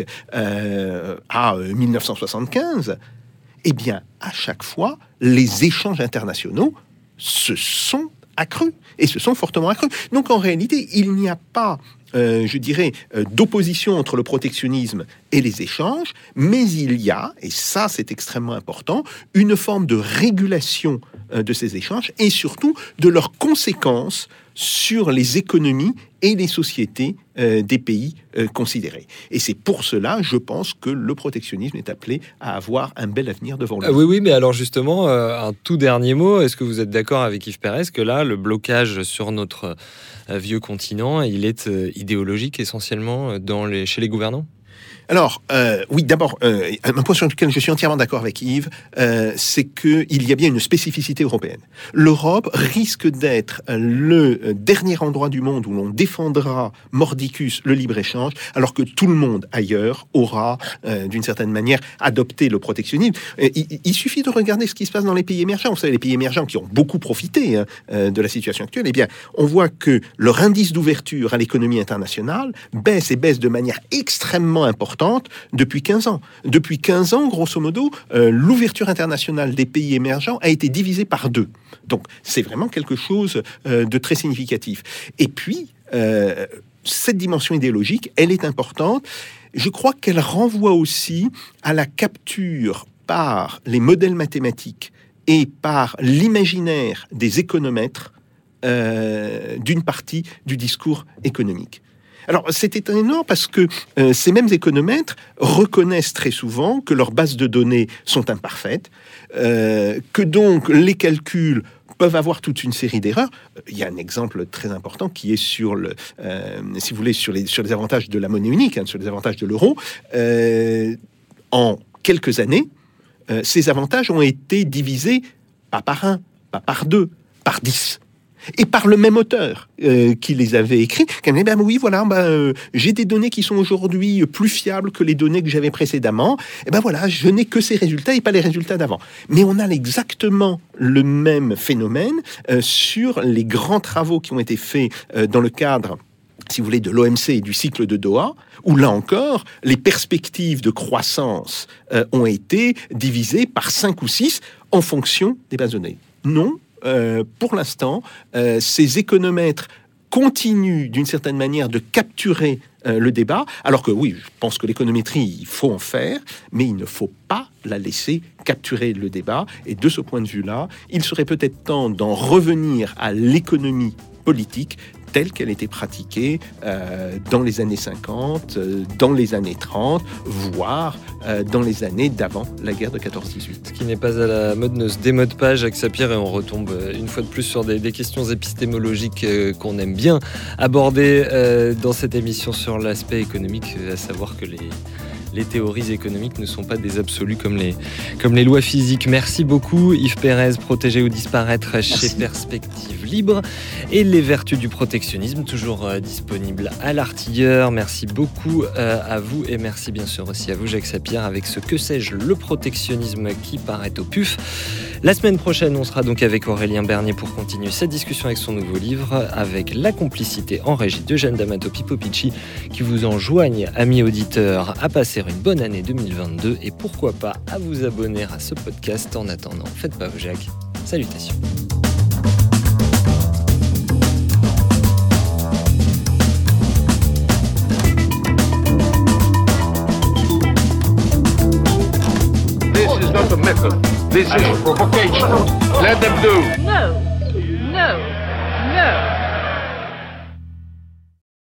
euh, à euh, mille neuf cent soixante-quinze, eh bien, à chaque fois, les échanges internationaux se sont accrus, et se sont fortement accrus. Donc, en réalité, il n'y a pas Euh, je dirais, euh, d'opposition entre le protectionnisme et les échanges, mais il y a, et ça c'est extrêmement important, une forme de régulation euh, de ces échanges et surtout de leurs conséquences sur les économies et les sociétés euh, des pays euh, considérés. Et c'est pour cela, je pense, que le protectionnisme est appelé à avoir un bel avenir devant lui. Ah oui, oui, mais alors justement, euh, un tout dernier mot, est-ce que vous êtes d'accord avec Yves Pérez que là, le blocage sur notre euh, vieux continent, il est euh, idéologique essentiellement dans les, chez les gouvernants ? Alors, euh, oui, d'abord, euh, un point sur lequel je suis entièrement d'accord avec Yves, euh, c'est qu'il y a bien une spécificité européenne. L'Europe risque d'être le dernier endroit du monde où l'on défendra mordicus le libre-échange, alors que tout le monde ailleurs aura, euh, d'une certaine manière, adopté le protectionnisme. Il, il suffit de regarder ce qui se passe dans les pays émergents. Vous savez, les pays émergents qui ont beaucoup profité hein, de la situation actuelle, eh bien, on voit que leur indice d'ouverture à l'économie internationale baisse et baisse de manière extrêmement importante depuis quinze ans. Depuis quinze ans, grosso modo, euh, l'ouverture internationale des pays émergents a été divisée par deux. Donc, c'est vraiment quelque chose euh, de très significatif. Et puis, euh, cette dimension idéologique, elle est importante. Je crois qu'elle renvoie aussi à la capture par les modèles mathématiques et par l'imaginaire des économètres euh, d'une partie du discours économique. Alors, c'est étonnant parce que euh, ces mêmes économètres reconnaissent très souvent que leurs bases de données sont imparfaites, euh, que donc les calculs peuvent avoir toute une série d'erreurs. Il y a un exemple très important qui est sur le, euh, si vous voulez, sur les, sur les avantages de la monnaie unique, hein, sur les avantages de l'euro. Euh, en quelques années, euh, ces avantages ont été divisés pas par un, pas par deux, par dix. Et par le même auteur euh, qui les avait écrits, qui me dit, ben oui, voilà, ben, euh, j'ai des données qui sont aujourd'hui plus fiables que les données que j'avais précédemment, et ben voilà, je n'ai que ces résultats et pas les résultats d'avant. Mais on a exactement le même phénomène euh, sur les grands travaux qui ont été faits euh, dans le cadre, si vous voulez, de l'O M C et du cycle de Doha, où là encore, les perspectives de croissance euh, ont été divisées par cinq ou six en fonction des bases de données. Non, euh, pour l'instant, euh, ces économètres continuent d'une certaine manière de capturer euh, le débat, alors que oui, je pense que l'économétrie, il faut en faire, mais il ne faut pas la laisser capturer le débat. Et de ce point de vue-là, il serait peut-être temps d'en revenir à l'économie politique telle qu'elle était pratiquée euh, dans les années cinquante, euh, dans les années trente, voire euh, dans les années d'avant la guerre de quatorze dix-huit. Ce qui n'est pas à la mode ne se démode pas, Jacques Sapir, et on retombe une fois de plus sur des, des questions épistémologiques euh, qu'on aime bien aborder euh, dans cette émission sur l'aspect économique, à savoir que les... les théories économiques ne sont pas des absolus comme les, comme les lois physiques. Merci beaucoup Yves Pérez, Protéger ou disparaître Merci. Chez Perspective Libre. Et Les vertus du protectionnisme, toujours euh, disponible à l'Artilleur. Merci beaucoup euh, à vous et merci bien sûr aussi à vous Jacques Sapir avec ce Que sais-je, le protectionnisme qui paraît au P U F. La semaine prochaine, on sera donc avec Aurélien Bernier pour continuer cette discussion avec son nouveau livre, avec la complicité en régie d'Eugène D'Amato Pipo-Picci, qui vous enjoigne, amis auditeurs, à passer une bonne année deux mille vingt-deux et pourquoi pas à vous abonner à ce podcast. En attendant, faites pas vos Jacques. Salutations. This is not a method. This is provocation. Let them do. No, no, no.